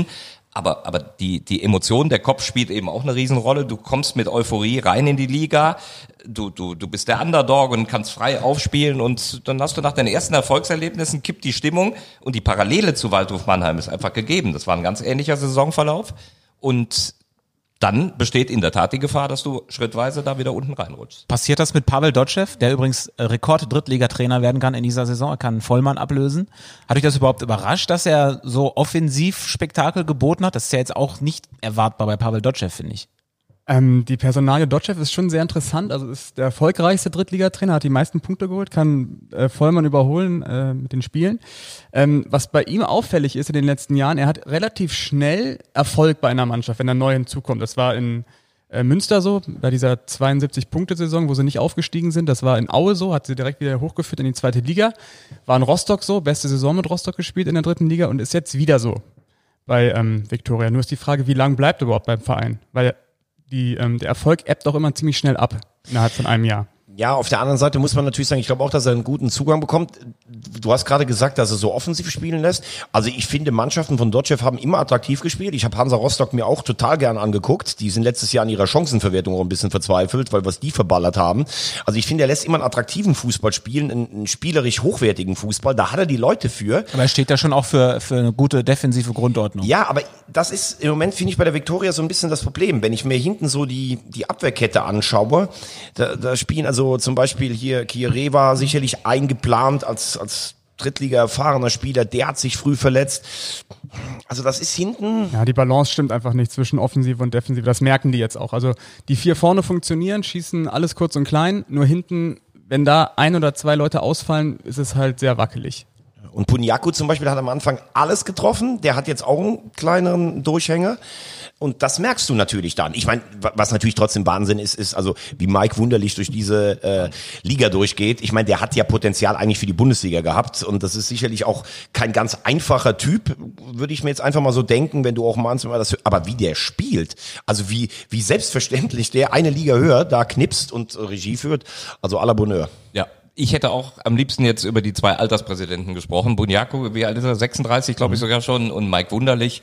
Speaker 3: Aber die Emotion, der Kopf spielt eben auch eine Riesenrolle. Du kommst mit Euphorie rein in die Liga. Du bist der Underdog und kannst frei aufspielen und dann hast du nach den ersten Erfolgserlebnissen kippt die Stimmung und die Parallele zu Waldhof Mannheim ist einfach gegeben. Das war ein ganz ähnlicher Saisonverlauf und dann besteht in der Tat die Gefahr, dass du schrittweise da wieder unten reinrutschst.
Speaker 1: Passiert das mit Pavel Dotschew, der übrigens Rekord-Drittligatrainer werden kann in dieser Saison? Er kann Vollmann ablösen. Hat euch das überhaupt überrascht, dass er so offensiv Spektakel geboten hat? Das ist ja jetzt auch nicht erwartbar bei Pavel Dotschew, finde ich.
Speaker 4: Die Personalie Dotschew ist schon sehr interessant. Also ist der erfolgreichste Drittligatrainer, hat die meisten Punkte geholt, kann Vollmann überholen mit den Spielen. Was bei ihm auffällig ist in den letzten Jahren, er hat relativ schnell Erfolg bei einer Mannschaft, wenn er neu hinzukommt. Das war in Münster so, bei dieser 72-Punkte-Saison, wo sie nicht aufgestiegen sind. Das war in Aue so, hat sie direkt wieder hochgeführt in die zweite Liga. War in Rostock so, beste Saison mit Rostock gespielt in der dritten Liga und ist jetzt wieder so bei Viktoria. Nur ist die Frage, wie lange bleibt er überhaupt beim Verein? Weil der Erfolg ebbt auch immer ziemlich schnell ab innerhalb von einem Jahr.
Speaker 2: Ja, auf der anderen Seite muss man natürlich sagen, ich glaube auch, dass er einen guten Zugang bekommt. Du hast gerade gesagt, dass er so offensiv spielen lässt. Also ich finde, Mannschaften von Dotschew haben immer attraktiv gespielt. Ich habe Hansa Rostock mir auch total gern angeguckt. Die sind letztes Jahr an ihrer Chancenverwertung auch ein bisschen verzweifelt, weil was die verballert haben. Also ich finde, er lässt immer einen attraktiven Fußball spielen, einen spielerisch hochwertigen Fußball. Da hat er die Leute für.
Speaker 1: Aber er steht da schon auch für eine gute defensive Grundordnung.
Speaker 2: Ja, aber das ist im Moment, finde ich, bei der Viktoria so ein bisschen das Problem. Wenn ich mir hinten so die Abwehrkette anschaue, da spielen also zum Beispiel hier Kieré war sicherlich eingeplant als Drittliga erfahrener Spieler, der hat sich früh verletzt. Also das ist hinten...
Speaker 4: Ja, die Balance stimmt einfach nicht zwischen Offensive und Defensive, das merken die jetzt auch. Also die vier vorne funktionieren, schießen alles kurz und klein, nur hinten, wenn da ein oder zwei Leute ausfallen, ist es halt sehr wackelig.
Speaker 2: Und Punyaku zum Beispiel hat am Anfang alles getroffen, der hat jetzt auch einen kleineren Durchhänger. Und das merkst du natürlich dann. Ich meine, was natürlich trotzdem Wahnsinn ist also wie Mike Wunderlich durch diese Liga durchgeht. Ich meine, der hat ja Potenzial eigentlich für die Bundesliga gehabt und das ist sicherlich auch kein ganz einfacher Typ, würde ich mir jetzt einfach mal so denken, wenn du auch manchmal das, aber wie der spielt, also wie selbstverständlich der eine Liga höher da knipst und Regie führt, also à la Bonheur.
Speaker 3: Ja. Ich hätte auch am liebsten jetzt über die zwei Alterspräsidenten gesprochen. Bunyaku, wie alt ist er? 36, glaube ich sogar schon, und Mike Wunderlich.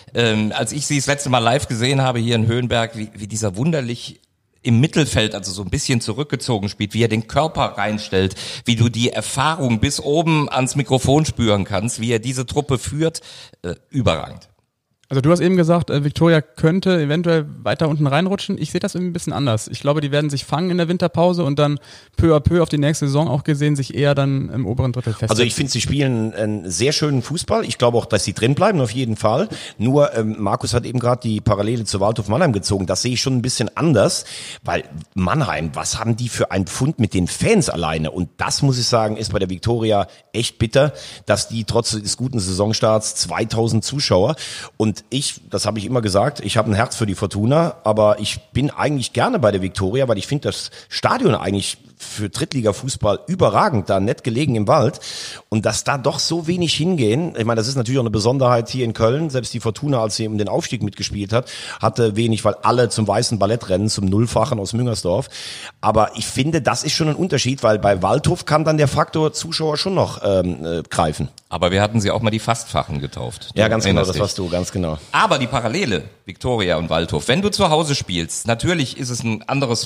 Speaker 3: Als ich sie das letzte Mal live gesehen habe hier in Höhenberg, wie dieser Wunderlich im Mittelfeld, also so ein bisschen zurückgezogen spielt, wie er den Körper reinstellt, wie du die Erfahrung bis oben ans Mikrofon spüren kannst, wie er diese Truppe führt, überragend.
Speaker 4: Also du hast eben gesagt, Viktoria könnte eventuell weiter unten reinrutschen. Ich sehe das irgendwie ein bisschen anders. Ich glaube, die werden sich fangen in der Winterpause und dann peu à peu auf die nächste Saison auch gesehen, sich eher dann im oberen Drittel festsetzen.
Speaker 2: Also ich finde, sie spielen einen sehr schönen Fußball. Ich glaube auch, dass sie drin bleiben, auf jeden Fall. Nur Markus hat eben gerade die Parallele zu Waldhof Mannheim gezogen. Das sehe ich schon ein bisschen anders, weil Mannheim, was haben die für einen Pfund mit den Fans alleine? Und das, muss ich sagen, ist bei der Viktoria echt bitter, dass die trotz des guten Saisonstarts 2000 Zuschauer und das habe ich immer gesagt, ich habe ein Herz für die Fortuna, aber ich bin eigentlich gerne bei der Viktoria, weil ich finde das Stadion eigentlich für Drittliga-Fußball überragend, da nett gelegen im Wald und dass da doch so wenig hingehen, ich meine, das ist natürlich auch eine Besonderheit hier in Köln, selbst die Fortuna, als sie um den Aufstieg mitgespielt hat, hatte wenig, weil alle zum weißen Ballett rennen, zum Nullfachen aus Müngersdorf, aber ich finde, das ist schon ein Unterschied, weil bei Waldhof kann dann der Faktor Zuschauer schon noch greifen.
Speaker 3: Aber wir hatten sie auch mal die Fastfachen getauft.
Speaker 2: Ja, ganz genau, das warst du, ganz genau.
Speaker 3: Aber die Parallele, Viktoria und Waldhof, wenn du zu Hause spielst, natürlich ist es ein anderes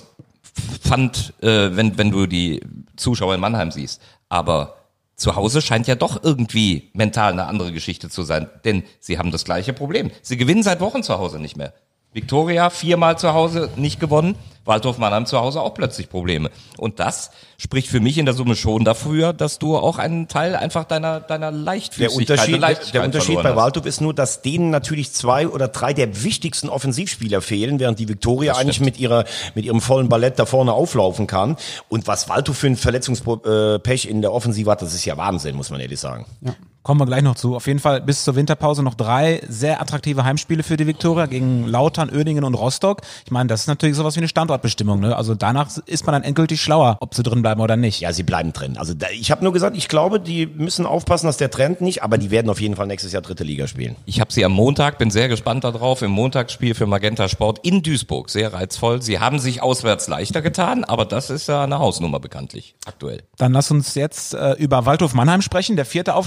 Speaker 3: Pfand, wenn du die Zuschauer in Mannheim siehst. Aber zu Hause scheint ja doch irgendwie mental eine andere Geschichte zu sein, denn sie haben das gleiche Problem. Sie gewinnen seit Wochen zu Hause nicht mehr. Viktoria 4-mal zu Hause nicht gewonnen, Waldhof Mannheim zu Hause auch plötzlich Probleme. Und das spricht für mich in der Summe schon dafür, dass du auch einen Teil einfach deiner Leichtfüßigkeit,
Speaker 2: der Unterschied bei Waldhof ist nur, dass denen natürlich 2 oder 3 der wichtigsten Offensivspieler fehlen, während die Viktoria eigentlich mit ihrem vollen Ballett da vorne auflaufen kann. Und was Waldhof für ein Verletzungspech in der Offensive hat, das ist ja Wahnsinn, muss man ehrlich sagen.
Speaker 1: Ja. Kommen wir gleich noch zu. Auf jeden Fall bis zur Winterpause noch 3 sehr attraktive Heimspiele für die Viktoria gegen Lautern, Uerdingen und Rostock. Ich meine, das ist natürlich sowas wie eine Standortbestimmung, ne? Also danach ist man dann endgültig schlauer, ob sie drin bleiben oder nicht.
Speaker 2: Ja, sie bleiben drin. Also ich habe nur gesagt, ich glaube, die müssen aufpassen, dass der Trend nicht, aber die werden auf jeden Fall nächstes Jahr 3. Liga spielen.
Speaker 3: Ich habe sie am Montag, bin sehr gespannt darauf, im Montagsspiel für Magenta Sport in Duisburg. Sehr reizvoll. Sie haben sich auswärts leichter getan, aber das ist ja eine Hausnummer bekanntlich, aktuell.
Speaker 1: Dann lass uns jetzt über Waldhof Mannheim sprechen, der 4. Aufsteiger im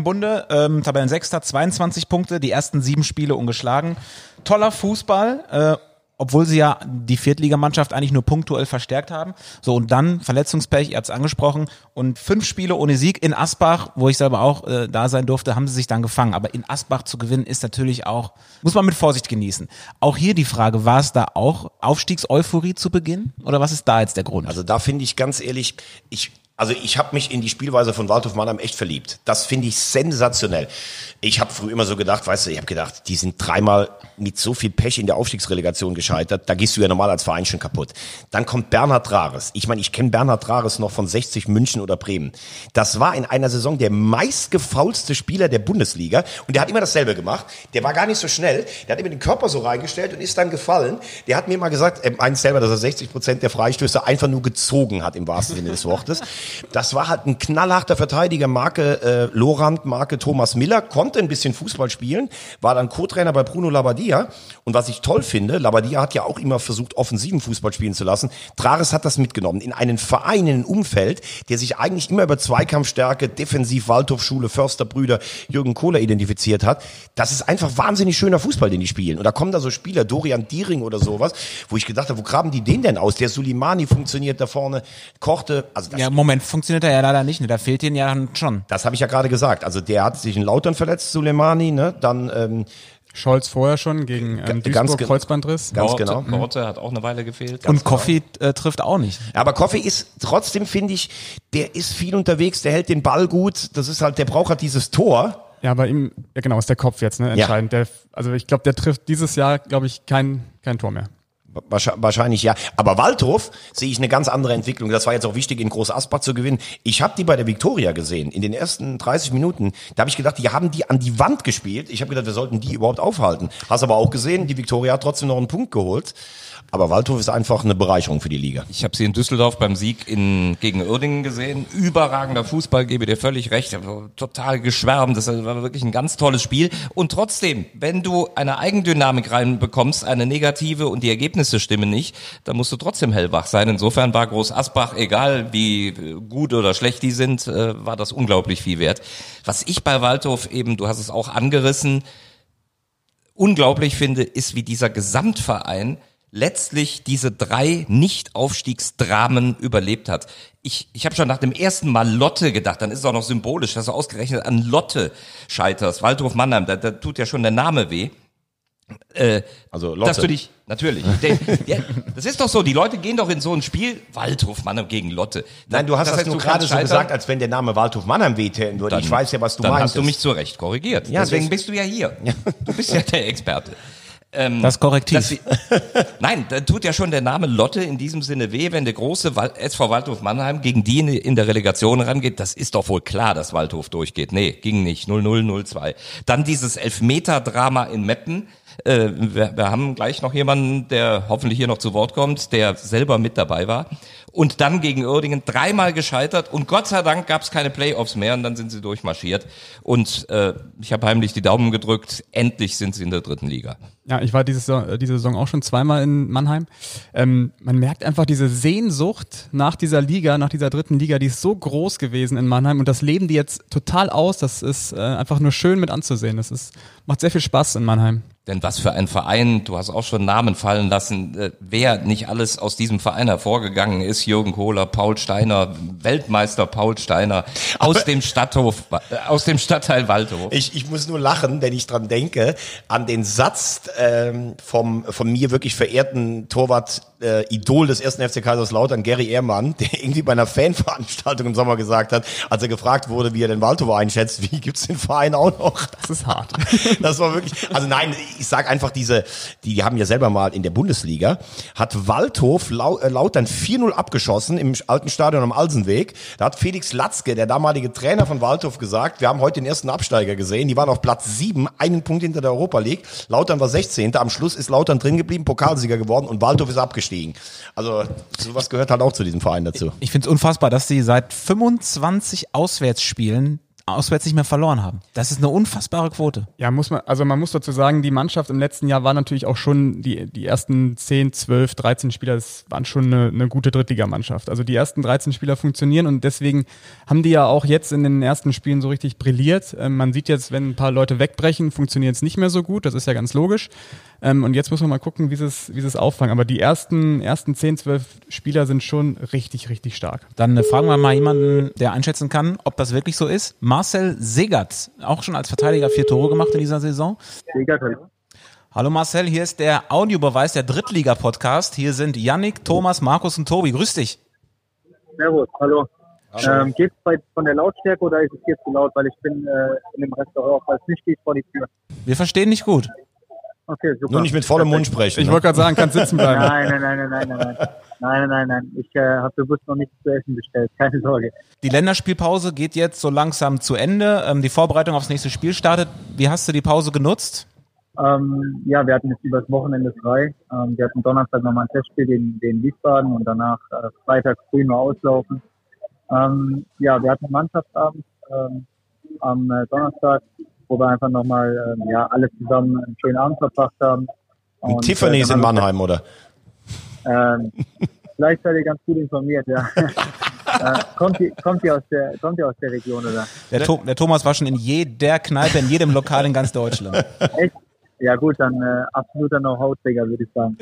Speaker 1: im Bunde, Tabellensechster, 22 Punkte, die ersten 7 Spiele ungeschlagen. Toller Fußball, obwohl sie ja die Viertligamannschaft eigentlich nur punktuell verstärkt haben. So, und dann Verletzungspech, ihr habt es angesprochen, und 5 Spiele ohne Sieg in Asbach, wo ich selber auch da sein durfte, haben sie sich dann gefangen. Aber in Asbach zu gewinnen ist natürlich auch, muss man mit Vorsicht genießen. Auch hier die Frage, war es da auch Aufstiegseuphorie zu Beginn? Oder was ist da jetzt der Grund?
Speaker 2: Also da finde ich ganz ehrlich, ich habe mich in die Spielweise von Waldhof Mannheim echt verliebt. Das finde ich sensationell. Ich habe früher immer so gedacht, ich habe gedacht, die sind 3-mal mit so viel Pech in der Aufstiegsrelegation gescheitert. Da gehst du ja normal als Verein schon kaputt. Dann kommt Bernhard Trares. Ich meine, ich kenne Bernhard Trares noch von 60 München oder Bremen. Das war in einer Saison der meistgefoulste Spieler der Bundesliga. Und der hat immer dasselbe gemacht. Der war gar nicht so schnell. Der hat immer den Körper so reingestellt und ist dann gefallen. Der hat mir mal gesagt, eins selber, dass er 60% der Freistöße einfach nur gezogen hat, im wahrsten Sinne des Wortes. Das war halt ein knallharter Verteidiger, Marke Lorand, Marke Thomas Miller, konnte ein bisschen Fußball spielen, war dann Co-Trainer bei Bruno Labbadia. Und was ich toll finde, Labbadia hat ja auch immer versucht, offensiven Fußball spielen zu lassen. Trares hat das mitgenommen in einen Verein, in ein Umfeld, der sich eigentlich immer über Zweikampfstärke, defensiv Waldhof-Schule, Försterbrüder, Jürgen Kohler identifiziert hat. Das ist einfach wahnsinnig schöner Fußball, den die spielen. Und da kommen da so Spieler, Dorian Diering oder sowas, wo ich gedacht habe, wo graben die den denn aus? Der Suleimani funktioniert da vorne, Kochte. Also das
Speaker 1: Moment, funktioniert er ja leider nicht, ne? Da fehlt ihn ja schon.
Speaker 2: Das habe ich ja gerade gesagt. Also der hat sich in Lautern verletzt, Suleimani, ne? Dann
Speaker 4: Scholz vorher schon gegen Duisburg, Kreuzbandriss.
Speaker 2: Ganz genau.
Speaker 3: Korte hat auch eine Weile gefehlt.
Speaker 1: Und Koffi trifft auch nicht.
Speaker 2: Aber Koffi ist trotzdem, finde ich, der ist viel unterwegs, der hält den Ball gut. Das ist halt, der braucht halt dieses Tor.
Speaker 4: Ja, bei ihm, ja genau, ist der Kopf jetzt entscheidend.
Speaker 2: Ja.
Speaker 4: Also ich glaube, der trifft dieses Jahr, glaube ich, kein Tor mehr.
Speaker 2: Wahrscheinlich ja. Aber Waldhof sehe ich eine ganz andere Entwicklung. Das war jetzt auch wichtig, in Groß Asbach zu gewinnen. Ich habe die bei der Viktoria gesehen. In den ersten 30 Minuten, da habe ich gedacht, die haben die an die Wand gespielt. Ich habe gedacht, wir sollten die überhaupt aufhalten. Hast aber auch gesehen, die Viktoria hat trotzdem noch einen Punkt geholt. Aber Waldhof ist einfach eine Bereicherung für die Liga.
Speaker 3: Ich habe sie in Düsseldorf beim Sieg gegen Uerdingen gesehen. Überragender Fußball, gebe dir völlig recht. Total geschwärmt. Das war wirklich ein ganz tolles Spiel. Und trotzdem, wenn du eine Eigendynamik reinbekommst, eine negative, und die Ergebnisse stimmen nicht, dann musst du trotzdem hellwach sein. Insofern war Groß Asbach, egal wie gut oder schlecht die sind, war das unglaublich viel wert. Was ich bei Waldhof eben, du hast es auch angerissen, unglaublich finde, ist, wie dieser Gesamtverein letztlich diese 3 Nicht-Aufstiegsdramen überlebt hat. Ich habe schon nach dem ersten Mal Lotte gedacht, dann ist es auch noch symbolisch, dass du ausgerechnet an Lotte scheiterst. Waldhof Mannheim, da tut ja schon der Name weh.
Speaker 2: Also Lotte.
Speaker 3: Dass du dich, natürlich. Das ist doch so, die Leute gehen doch in so ein Spiel, Waldhof Mannheim gegen Lotte.
Speaker 2: Nein, du hast das nur gerade so gesagt, als wenn der Name Waldhof Mannheim wehtun würde. Ich weiß ja, was du meinst.
Speaker 3: Dann hast du mich zu Recht korrigiert.
Speaker 2: Ja,
Speaker 3: deswegen bist du ja hier. Du bist ja der Experte.
Speaker 1: Das Korrektiv.
Speaker 3: Nein, da tut ja schon der Name Lotte in diesem Sinne weh, wenn der große SV Waldhof Mannheim gegen die in der Relegation rangeht. Das ist doch wohl klar, dass Waldhof durchgeht. Nee, ging nicht. 0-0, 0-2. Dann dieses Elfmeter-Drama in Meppen. Wir haben gleich noch jemanden, der hoffentlich hier noch zu Wort kommt, der selber mit dabei war. Und dann gegen Uerdingen 3-mal gescheitert und Gott sei Dank gab es keine Playoffs mehr und dann sind sie durchmarschiert. Und ich habe heimlich die Daumen gedrückt, endlich sind sie in der 3. Liga.
Speaker 4: Ja, ich war diese Saison auch schon 2-mal in Mannheim. Man merkt einfach diese Sehnsucht nach dieser Liga, nach dieser 3. Liga, die ist so groß gewesen in Mannheim und das leben die jetzt total aus. Das ist einfach nur schön mit anzusehen. Macht sehr viel Spaß in Mannheim.
Speaker 3: Denn was für ein Verein, du hast auch schon Namen fallen lassen, wer nicht alles aus diesem Verein hervorgegangen ist, Jürgen Kohler, Paul Steiner, Weltmeister Paul Steiner, aus dem Stadtteil Waldhof.
Speaker 2: Ich muss nur lachen, wenn ich dran denke, an den Satz von mir wirklich verehrten Torwart, Idol des 1. FC Kaiserslautern, Gary Ehrmann, der irgendwie bei einer Fanveranstaltung im Sommer gesagt hat, als er gefragt wurde, wie er den Waldhof einschätzt, wie gibt's den Verein auch noch?
Speaker 4: Das ist hart.
Speaker 2: Das war wirklich, also nein, ich sag einfach die haben ja selber mal in der Bundesliga, hat Waldhof Lautern 4-0 abgeschossen im alten Stadion am Alsenweg. Da hat Felix Latzke, der damalige Trainer von Waldhof, gesagt, wir haben heute den ersten Absteiger gesehen, die waren auf Platz 7, einen Punkt hinter der Europa League. Lautern war 16. Am Schluss ist Lautern drin geblieben, Pokalsieger geworden und Waldhof ist abgestiegen. Also sowas gehört halt auch zu diesem Verein dazu.
Speaker 1: Ich finde es unfassbar, dass sie seit 25 Auswärtsspielen auswärts nicht mehr verloren haben. Das ist eine unfassbare Quote.
Speaker 4: Ja, man muss dazu sagen, die Mannschaft im letzten Jahr war natürlich auch schon, die ersten 10, 12, 13 Spieler, das waren schon eine gute Drittligamannschaft. Also die ersten 13 Spieler funktionieren und deswegen haben die ja auch jetzt in den ersten Spielen so richtig brilliert. Man sieht jetzt, wenn ein paar Leute wegbrechen, funktioniert es nicht mehr so gut, das ist ja ganz logisch. Und jetzt muss man mal gucken, wie sie es auffangen. Aber die ersten 10, 12 Spieler sind schon richtig, richtig stark.
Speaker 1: Dann fragen wir mal jemanden, der einschätzen kann, ob das wirklich so ist. Marcel Segert, auch schon als Verteidiger 4 Tore gemacht in dieser Saison.
Speaker 5: Segert.
Speaker 1: Hallo Marcel, hier ist der Audiobeweis, der Drittliga-Podcast. Hier sind Yannick, Thomas, Markus und Tobi. Grüß dich.
Speaker 5: Servus, hallo. Geht's von der Lautstärke oder ist es hier zu laut? Weil ich bin in dem Restaurant, falls nicht, steht vor die Tür.
Speaker 1: Wir verstehen dich gut.
Speaker 5: Okay, super.
Speaker 2: Nur nicht mit vollem Mund sprechen.
Speaker 4: Ich wollte gerade sagen, kannst sitzen bleiben.
Speaker 5: Nein. Ich habe bewusst noch nichts zu essen bestellt. Keine Sorge.
Speaker 1: Die Länderspielpause geht jetzt so langsam zu Ende. Die Vorbereitung aufs nächste Spiel startet. Wie hast du die Pause genutzt?
Speaker 5: Ja, wir hatten jetzt übers Wochenende frei. Wir hatten Donnerstag nochmal ein Testspiel gegen Wiesbaden und danach Freitag früh nur auslaufen. Ja, wir hatten Mannschaftsabend am Donnerstag, wo wir einfach nochmal alle zusammen einen schönen Abend verbracht haben.
Speaker 2: Und Tiffany's in Mannheim, oder?
Speaker 5: Gleichzeitig ganz gut informiert, ja. Kommt ihr aus der Region, oder?
Speaker 1: Der Thomas war schon in jeder Kneipe, in jedem Lokal in ganz Deutschland.
Speaker 5: Echt? Ja gut, dann absoluter Know-how-Träger, würde ich sagen.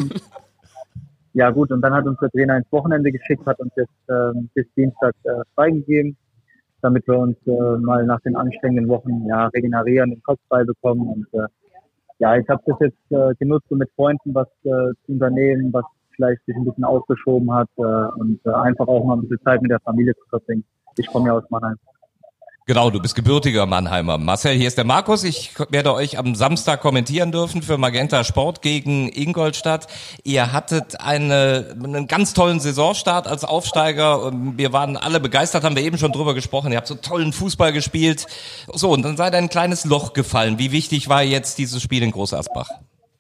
Speaker 5: Ja gut, und dann hat uns der Trainer ins Wochenende geschickt, hat uns jetzt bis Dienstag freigegeben, damit wir uns mal nach den anstrengenden Wochen regenerieren, den Kopf frei bekommen. Und ich habe das jetzt genutzt, um mit Freunden was zu unternehmen, was vielleicht sich ein bisschen aufgeschoben hat und einfach auch mal ein bisschen Zeit mit der Familie zu verbringen. Ich komme ja aus Mannheim.
Speaker 3: Genau, du bist gebürtiger Mannheimer. Marcel, hier ist der Markus. Ich werde euch am Samstag kommentieren dürfen für Magenta Sport gegen Ingolstadt. Ihr hattet einen ganz tollen Saisonstart als Aufsteiger. Wir waren alle begeistert, haben wir eben schon drüber gesprochen. Ihr habt so tollen Fußball gespielt. So, und dann seid ihr ein kleines Loch gefallen. Wie wichtig war jetzt dieses Spiel in Groß Asbach?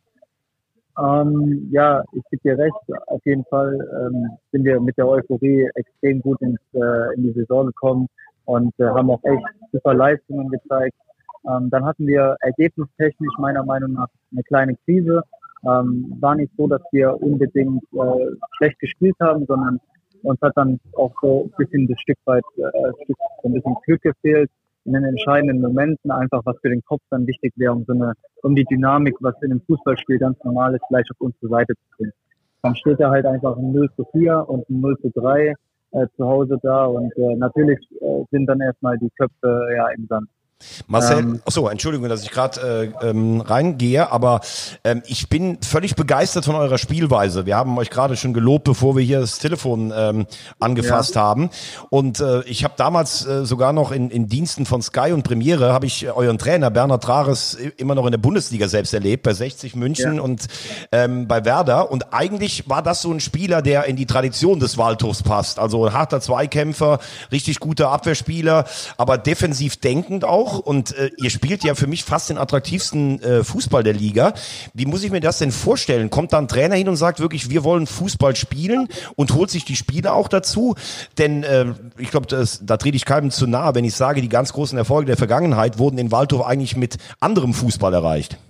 Speaker 5: Ja, ich gebe dir recht. Auf jeden Fall sind wir mit der Euphorie extrem gut in die Saison gekommen. Und haben auch echt super Leistungen gezeigt. Dann hatten wir ergebnistechnisch meiner Meinung nach eine kleine Krise. War nicht so, dass wir unbedingt schlecht gespielt haben, sondern uns hat dann auch so ein bisschen das Stück weit so ein bisschen Glück gefehlt in den entscheidenden Momenten, einfach was für den Kopf dann wichtig wäre, um die Dynamik, was in einem Fußballspiel ganz normal ist, gleich auf unsere Seite zu bringen. Dann steht da halt einfach ein 0:4 und ein 0:3 zu Hause da und natürlich sind dann erstmal die Köpfe im Sand.
Speaker 2: Marcel, Entschuldigung, dass ich gerade reingehe, aber ich bin völlig begeistert von eurer Spielweise. Wir haben euch gerade schon gelobt, bevor wir hier das Telefon angefasst haben. Und ich habe damals sogar noch in Diensten von Sky und Premiere habe ich euren Trainer Bernhard Trares immer noch in der Bundesliga selbst erlebt, bei 60 München und bei Werder. Und eigentlich war das so ein Spieler, der in die Tradition des Waldhofs passt. Also ein harter Zweikämpfer, richtig guter Abwehrspieler, aber defensiv denkend auch. Und ihr spielt ja für mich fast den attraktivsten Fußball der Liga. Wie muss ich mir das denn vorstellen? Kommt da ein Trainer hin und sagt wirklich, wir wollen Fußball spielen und holt sich die Spieler auch dazu? Denn ich glaube, da trete ich keinem zu nahe, wenn ich sage, die ganz großen Erfolge der Vergangenheit wurden in Waldhof eigentlich mit anderem Fußball erreicht.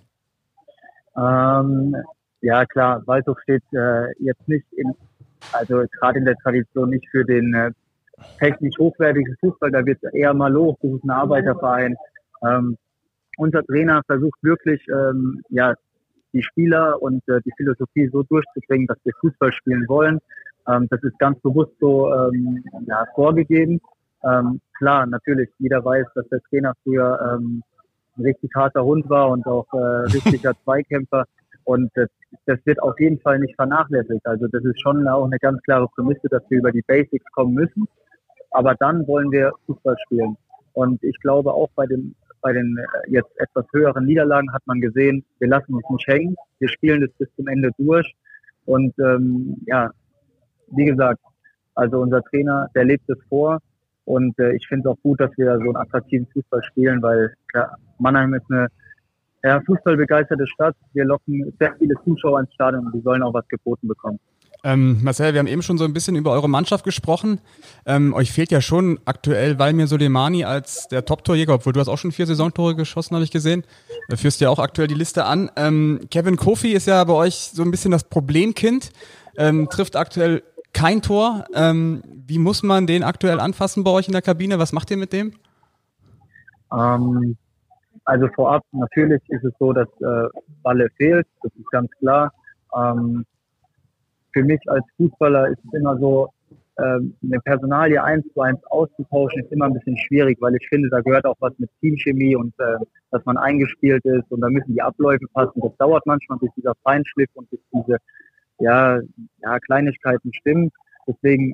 Speaker 5: Ja klar, Waldhof steht jetzt nicht gerade in der Tradition nicht für den technisch hochwertigen Fußball, da wird eher mal los, das ist ein Arbeiterverein. Unser Trainer versucht wirklich, die Spieler und die Philosophie so durchzubringen, dass wir Fußball spielen wollen. Das ist ganz bewusst so vorgegeben. Klar, natürlich, jeder weiß, dass der Trainer früher ein richtig harter Hund war und auch richtiger Zweikämpfer. Und das wird auf jeden Fall nicht vernachlässigt. Also das ist schon auch eine ganz klare Prämisse, dass wir über die Basics kommen müssen. Aber dann wollen wir Fußball spielen. Und ich glaube auch bei den jetzt etwas höheren Niederlagen hat man gesehen, wir lassen uns nicht hängen. Wir spielen das bis zum Ende durch. Und wie gesagt, also unser Trainer, der lebt es vor. Und ich finde es auch gut, dass wir so einen attraktiven Fußball spielen, weil Mannheim ist eine fußballbegeisterte Stadt. Wir locken sehr viele Zuschauer ins Stadion und die sollen auch was geboten bekommen.
Speaker 4: Marcel, wir haben eben schon so ein bisschen über eure Mannschaft gesprochen. Euch fehlt ja schon aktuell Valmir Soleimani als der Top-Torjäger, obwohl du hast auch schon 4 Saisontore geschossen, habe ich gesehen. Du führst ja auch aktuell die Liste an. Kevin Kofi ist ja bei euch so ein bisschen das Problemkind, trifft aktuell kein Tor. Wie muss man den aktuell anfassen bei euch in der Kabine? Was macht ihr mit dem?
Speaker 5: Also vorab, natürlich ist es so, dass Balle fehlt, das ist ganz klar. Für mich als Fußballer ist es immer so, eine Personalie 1:1 auszutauschen, ist immer ein bisschen schwierig, weil ich finde, da gehört auch was mit Teamchemie und dass man eingespielt ist und da müssen die Abläufe passen. Das dauert manchmal, bis dieser Feinschliff und bis diese Kleinigkeiten stimmen. Deswegen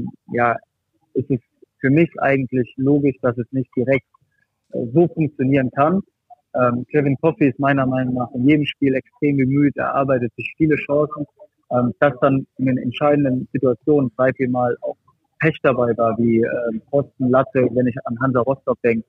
Speaker 5: ist es für mich eigentlich logisch, dass es nicht direkt so funktionieren kann. Kevin Kofi ist meiner Meinung nach in jedem Spiel extrem bemüht, er arbeitet sich viele Chancen. Dass dann in den entscheidenden Situationen 3-4 Mal auch Pech dabei war, wie Posten, Latte, wenn ich an Hansa Rostock denke,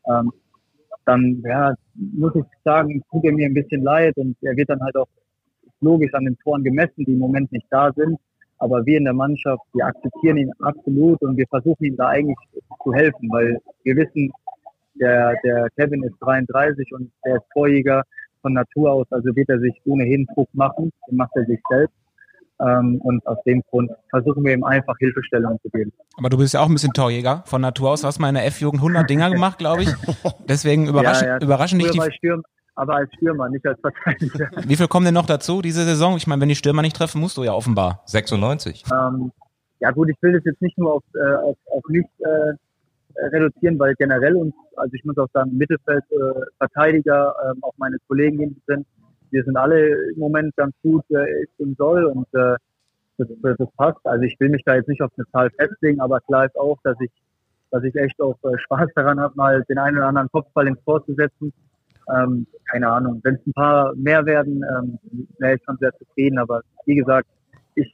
Speaker 5: dann muss ich sagen, tut er mir ein bisschen leid und er wird dann halt auch logisch an den Toren gemessen, die im Moment nicht da sind. Aber wir in der Mannschaft, wir akzeptieren ihn absolut und wir versuchen ihm da eigentlich zu helfen, weil wir wissen, der Kevin ist 33 und der ist Torjäger von Natur aus, also wird er sich ohnehin Druck machen, den macht er sich selbst. Und aus dem Grund versuchen wir ihm einfach Hilfestellung zu geben.
Speaker 1: Aber du bist ja auch ein bisschen Torjäger von Natur aus. Du hast mal in der F-Jugend 100 Dinger gemacht, glaube ich. Deswegen überraschen dich die...
Speaker 5: Aber als Stürmer, nicht als Verteidiger.
Speaker 1: Wie viel kommen denn noch dazu diese Saison? Ich meine, wenn die Stürmer nicht treffen, musst du ja offenbar.
Speaker 3: 96.
Speaker 5: Ja gut, ich will das jetzt nicht nur auf mich reduzieren, weil generell uns, also ich muss auch sagen, Mittelfeld, Verteidiger, auch meine Kollegen, die sind, wir sind alle im Moment ganz gut im Soll und das passt. Also ich will mich da jetzt nicht auf eine Zahl festlegen, aber klar ist auch, dass ich echt auch Spaß daran habe, mal den einen oder anderen Kopfball ins Tor zu setzen. Keine Ahnung, wenn es ein paar mehr werden, wäre ich schon sehr zufrieden. Aber wie gesagt, ich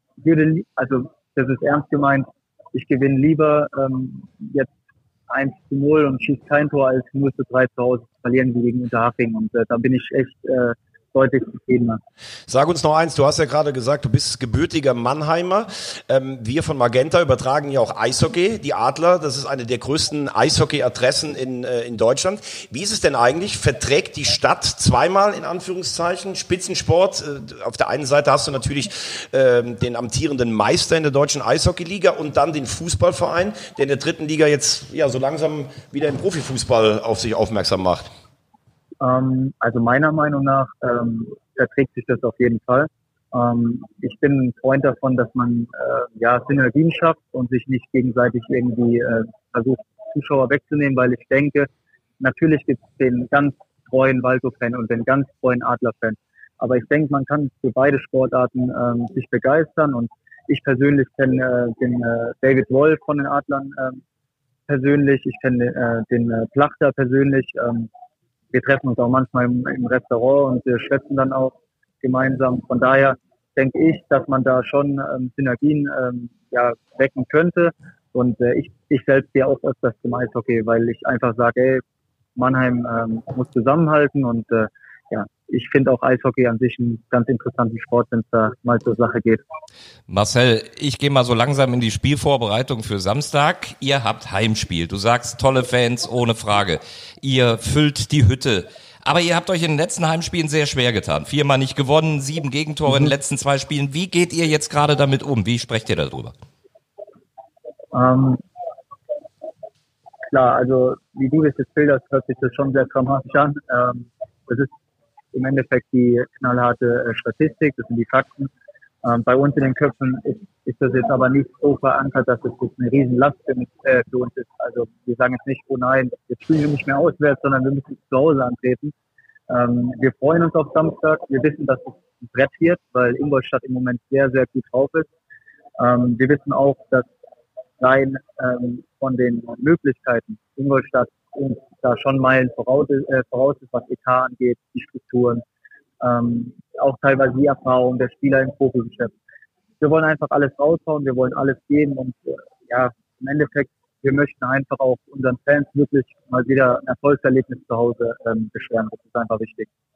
Speaker 5: das ist ernst gemeint, ich gewinne lieber jetzt 1:0 und schieße kein Tor als 0:3 zu Hause zu verlieren wie gegen Unterhaching. Und da bin ich echt deutlich zufriedener.
Speaker 2: Sag uns noch eins, du hast ja gerade gesagt, du bist gebürtiger Mannheimer. Wir von Magenta übertragen ja auch Eishockey, die Adler, das ist eine der größten Eishockey-Adressen in Deutschland. Wie ist es denn eigentlich? Verträgt die Stadt zweimal in Anführungszeichen Spitzensport? Auf der einen Seite hast du natürlich den amtierenden Meister in der deutschen Eishockey-Liga und dann den Fußballverein, der in der 3. Liga jetzt so langsam wieder im Profifußball auf sich aufmerksam macht.
Speaker 5: Also meiner Meinung nach verträgt sich das auf jeden Fall. Ich bin ein Freund davon, dass man Synergien schafft und sich nicht gegenseitig irgendwie versucht, Zuschauer wegzunehmen, weil ich denke, natürlich gibt es den ganz treuen Waldo-Fan und den ganz treuen Adler-Fan. Aber ich denke, man kann für beide Sportarten sich begeistern und ich persönlich kenne den David Wolf von den Adlern persönlich, ich kenne den Plachter persönlich. Wir treffen uns auch manchmal im Restaurant und wir schwätzen dann auch gemeinsam. Von daher denke ich, dass man da schon Synergien wecken könnte. Und ich selbst gehe auch öfters zum Eishockey, weil ich einfach sage, Mannheim muss zusammenhalten. Und ich finde auch Eishockey an sich einen ganz interessanten Sport, wenn es da mal zur Sache geht.
Speaker 3: Marcel, ich gehe mal so langsam in die Spielvorbereitung für Samstag. Ihr habt Heimspiel. Du sagst, tolle Fans, ohne Frage. Ihr füllt die Hütte. Aber ihr habt euch in den letzten Heimspielen sehr schwer getan. 4-mal nicht gewonnen, 7 Gegentore in den letzten 2 Spielen. Wie geht ihr jetzt gerade damit um? Wie sprecht ihr darüber?
Speaker 5: Klar, also wie du das jetzt schilderst, hört sich das schon sehr dramatisch an. Das ist im Endeffekt die knallharte Statistik, das sind die Fakten. Bei uns in den Köpfen ist das jetzt aber nicht so verankert, dass es jetzt eine Riesenlast für uns ist. Also wir sagen jetzt nicht, oh nein, jetzt spielen wir nicht mehr auswärts, sondern wir müssen zu Hause antreten. Wir freuen uns auf Samstag. Wir wissen, dass es ein Brett wird, weil Ingolstadt im Moment sehr, sehr gut drauf ist. Wir wissen auch, dass rein von den Möglichkeiten Ingolstadt uns da schon Meilen voraus ist, was Etat angeht, die Strukturen, auch teilweise die Erfahrung der Spieler im Profigeschäft. Wir wollen einfach alles raushauen, wir wollen alles geben und im Endeffekt, wir möchten einfach auch unseren Fans wirklich mal wieder ein Erfolgserlebnis zu Hause bescheren. Das ist einfach wichtig.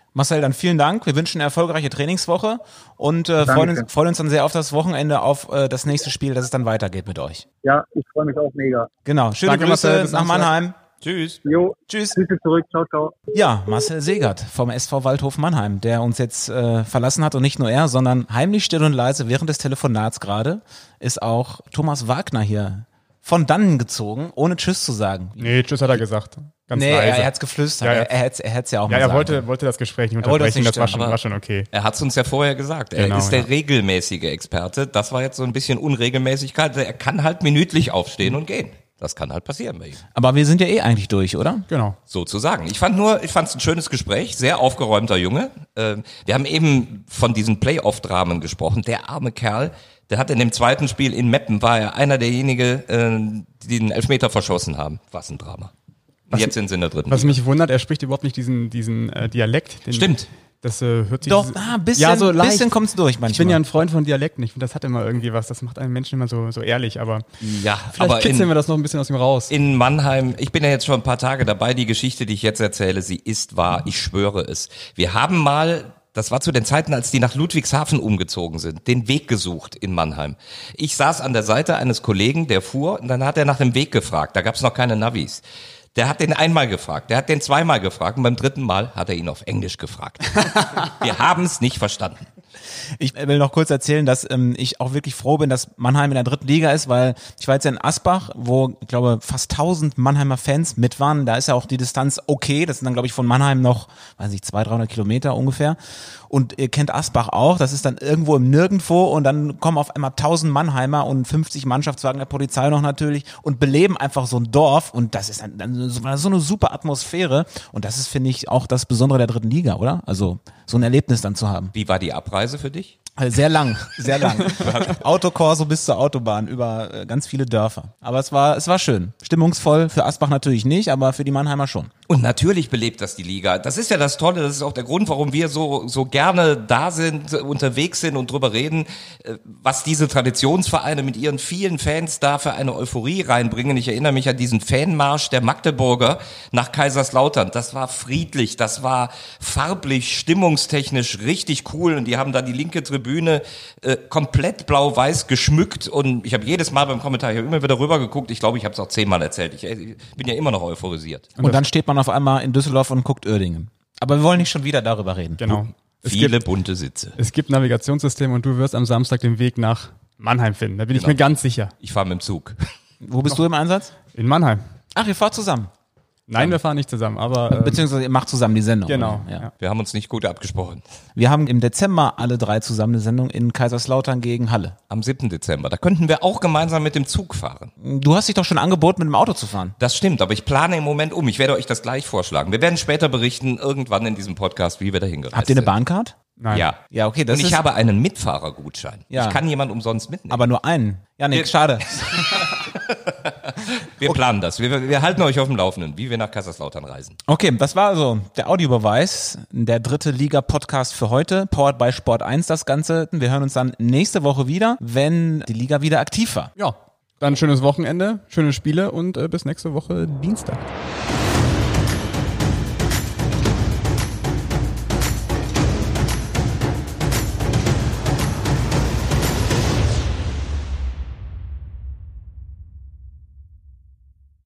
Speaker 1: Marcel, dann vielen Dank. Wir wünschen eine erfolgreiche Trainingswoche und freuen uns dann sehr auf das Wochenende, auf das nächste Spiel, dass es dann weitergeht mit euch.
Speaker 5: Ja, ich freue mich auch mega.
Speaker 1: Genau, schöne
Speaker 4: Danke,
Speaker 1: Grüße
Speaker 4: Marcel, bis
Speaker 1: nach Mannheim.
Speaker 3: Tschüss.
Speaker 5: Jo,
Speaker 1: Tschüss.
Speaker 5: Grüße zurück. Ciao, ciao.
Speaker 1: Ja, Marcel Segert vom SV Waldhof Mannheim, der uns jetzt verlassen hat und nicht nur er, sondern heimlich still und leise während des Telefonats gerade ist auch Thomas Wagner hier von dannen gezogen, ohne Tschüss zu sagen.
Speaker 4: Nee, Tschüss hat er gesagt. Ganz
Speaker 1: Nee,
Speaker 4: leise.
Speaker 1: er hat's geflüstert.
Speaker 4: Ja, ja.
Speaker 1: Er hätt's ja auch mal
Speaker 4: Ja, er
Speaker 1: sagen.
Speaker 4: wollte das Gespräch nicht
Speaker 1: wollte das
Speaker 4: unterbrechen,
Speaker 1: nicht
Speaker 4: das
Speaker 1: stören,
Speaker 4: war schon okay.
Speaker 3: Er hat es uns ja vorher gesagt. Er
Speaker 4: Genau,
Speaker 3: ist der
Speaker 4: ja.
Speaker 3: regelmäßige Experte. Das war jetzt so ein bisschen Unregelmäßigkeit. Er kann halt minütlich aufstehen und gehen. Das kann halt passieren bei ihm.
Speaker 1: Aber wir sind ja eigentlich durch, oder?
Speaker 4: Genau.
Speaker 3: Sozusagen. Ich fand's ein schönes Gespräch, sehr aufgeräumter Junge. Wir haben eben von diesen Playoff-Dramen gesprochen. Der arme Kerl, der hat in dem zweiten Spiel in Meppen, war er einer derjenigen, die den Elfmeter verschossen haben. Was ein Drama. Jetzt sind sie in der dritten.
Speaker 4: Was mich wundert, er spricht überhaupt nicht diesen Dialekt.
Speaker 3: Stimmt.
Speaker 4: Das hört sich...
Speaker 1: Doch, ein bisschen,
Speaker 4: ja, so leicht.
Speaker 1: bisschen kommt's durch manchmal.
Speaker 4: Ich bin ja ein Freund von Dialekten. Ich finde, das hat immer irgendwie was. Das macht einen Menschen immer so ehrlich. Aber
Speaker 3: Ja,
Speaker 4: vielleicht
Speaker 3: aber
Speaker 4: kitzeln wir das noch ein bisschen aus ihm raus.
Speaker 3: in Mannheim, ich bin ja jetzt schon ein paar Tage dabei, die Geschichte, die ich jetzt erzähle, sie ist wahr, ich schwöre es. Wir haben mal, das war zu den Zeiten, als die nach Ludwigshafen umgezogen sind, den Weg gesucht in Mannheim. Ich saß an der Seite eines Kollegen, der fuhr, und dann hat er nach dem Weg gefragt, da gab's noch keine Navis. Der hat den einmal gefragt, der hat den zweimal gefragt und beim dritten Mal hat er ihn auf Englisch gefragt. Wir haben es nicht verstanden.
Speaker 1: Ich will noch kurz erzählen, dass ich auch wirklich froh bin, dass Mannheim in der dritten Liga ist, weil ich war jetzt ja in Asbach, wo, ich glaube, fast 1000 Mannheimer Fans mit waren. Da ist ja auch die Distanz okay. Das sind dann, glaube ich, von Mannheim noch, weiß ich, 200-300 Kilometer ungefähr. Und ihr kennt Asbach auch. Das ist dann irgendwo im Nirgendwo und dann kommen auf einmal 1000 Mannheimer und 50 Mannschaftswagen der Polizei noch natürlich und beleben einfach so ein Dorf. Und das ist dann so eine super Atmosphäre. Und das ist, finde ich, auch das Besondere der dritten Liga, oder? Also so ein Erlebnis dann zu haben.
Speaker 3: Wie war die Abreise für dich?
Speaker 1: Also sehr lang, sehr lang. Autokorso bis zur Autobahn über ganz viele Dörfer. Aber es war schön. Stimmungsvoll, für Asbach natürlich nicht, aber für die Mannheimer schon.
Speaker 3: Und natürlich belebt das die Liga. Das ist ja das Tolle, das ist auch der Grund, warum wir so gerne da sind, unterwegs sind und drüber reden, was diese Traditionsvereine mit ihren vielen Fans da für eine Euphorie reinbringen. Ich erinnere mich an diesen Fanmarsch der Magdeburger nach Kaiserslautern. Das war friedlich, das war farblich, stimmungstechnisch richtig cool und die haben da die linke Tribüne komplett blau-weiß geschmückt und ich habe jedes Mal beim Kommentar, ich habe immer wieder rüber geguckt, ich glaube, ich habe es auch 10-mal erzählt. Ich bin ja immer noch euphorisiert.
Speaker 1: Und dann steht man auf einmal in Düsseldorf und guckt Uerdingen. Aber wir wollen nicht schon wieder darüber reden.
Speaker 4: Genau.
Speaker 3: Viele bunte Sitze.
Speaker 4: Es gibt Navigationssysteme und du wirst am Samstag den Weg nach Mannheim finden. Da bin ich mir ganz sicher.
Speaker 3: Ich fahre mit dem Zug.
Speaker 1: Wo bist du im Einsatz?
Speaker 4: In Mannheim.
Speaker 1: Ach, ihr fahrt zusammen.
Speaker 4: Nein, wir fahren nicht zusammen, aber
Speaker 1: Beziehungsweise ihr macht zusammen die Sendung.
Speaker 4: genau.
Speaker 1: oder? Ja.
Speaker 4: Ja.
Speaker 3: Wir haben uns nicht gut abgesprochen.
Speaker 1: Wir haben im Dezember alle drei zusammen eine Sendung in Kaiserslautern gegen Halle.
Speaker 3: Am 7. Dezember. Da könnten wir auch gemeinsam mit dem Zug fahren.
Speaker 1: Du hast dich doch schon angeboten, mit dem Auto zu fahren.
Speaker 3: Das stimmt, aber ich plane im Moment um. Ich werde euch das gleich vorschlagen. Wir werden später berichten, irgendwann in diesem Podcast, wie wir dahin gereist
Speaker 1: Habt ihr eine
Speaker 3: sind.
Speaker 1: Bahncard?
Speaker 4: Nein.
Speaker 3: Ja.
Speaker 1: Ja, okay, das
Speaker 3: Und ich
Speaker 1: ist
Speaker 3: habe einen Mitfahrergutschein.
Speaker 1: Ja.
Speaker 3: Ich kann jemand umsonst mitnehmen.
Speaker 1: aber nur einen. Ja, nee,
Speaker 3: Wir-
Speaker 1: schade.
Speaker 3: wir planen das. Wir halten euch auf dem Laufenden, wie wir nach Kaiserslautern reisen.
Speaker 1: Okay, das war also der Audiobeweis, der dritte Liga-Podcast für heute, powered by Sport 1 das Ganze. Wir hören uns dann nächste Woche wieder, wenn die Liga wieder aktiv war.
Speaker 4: Ja. Dann schönes Wochenende, schöne Spiele und bis nächste Woche Dienstag.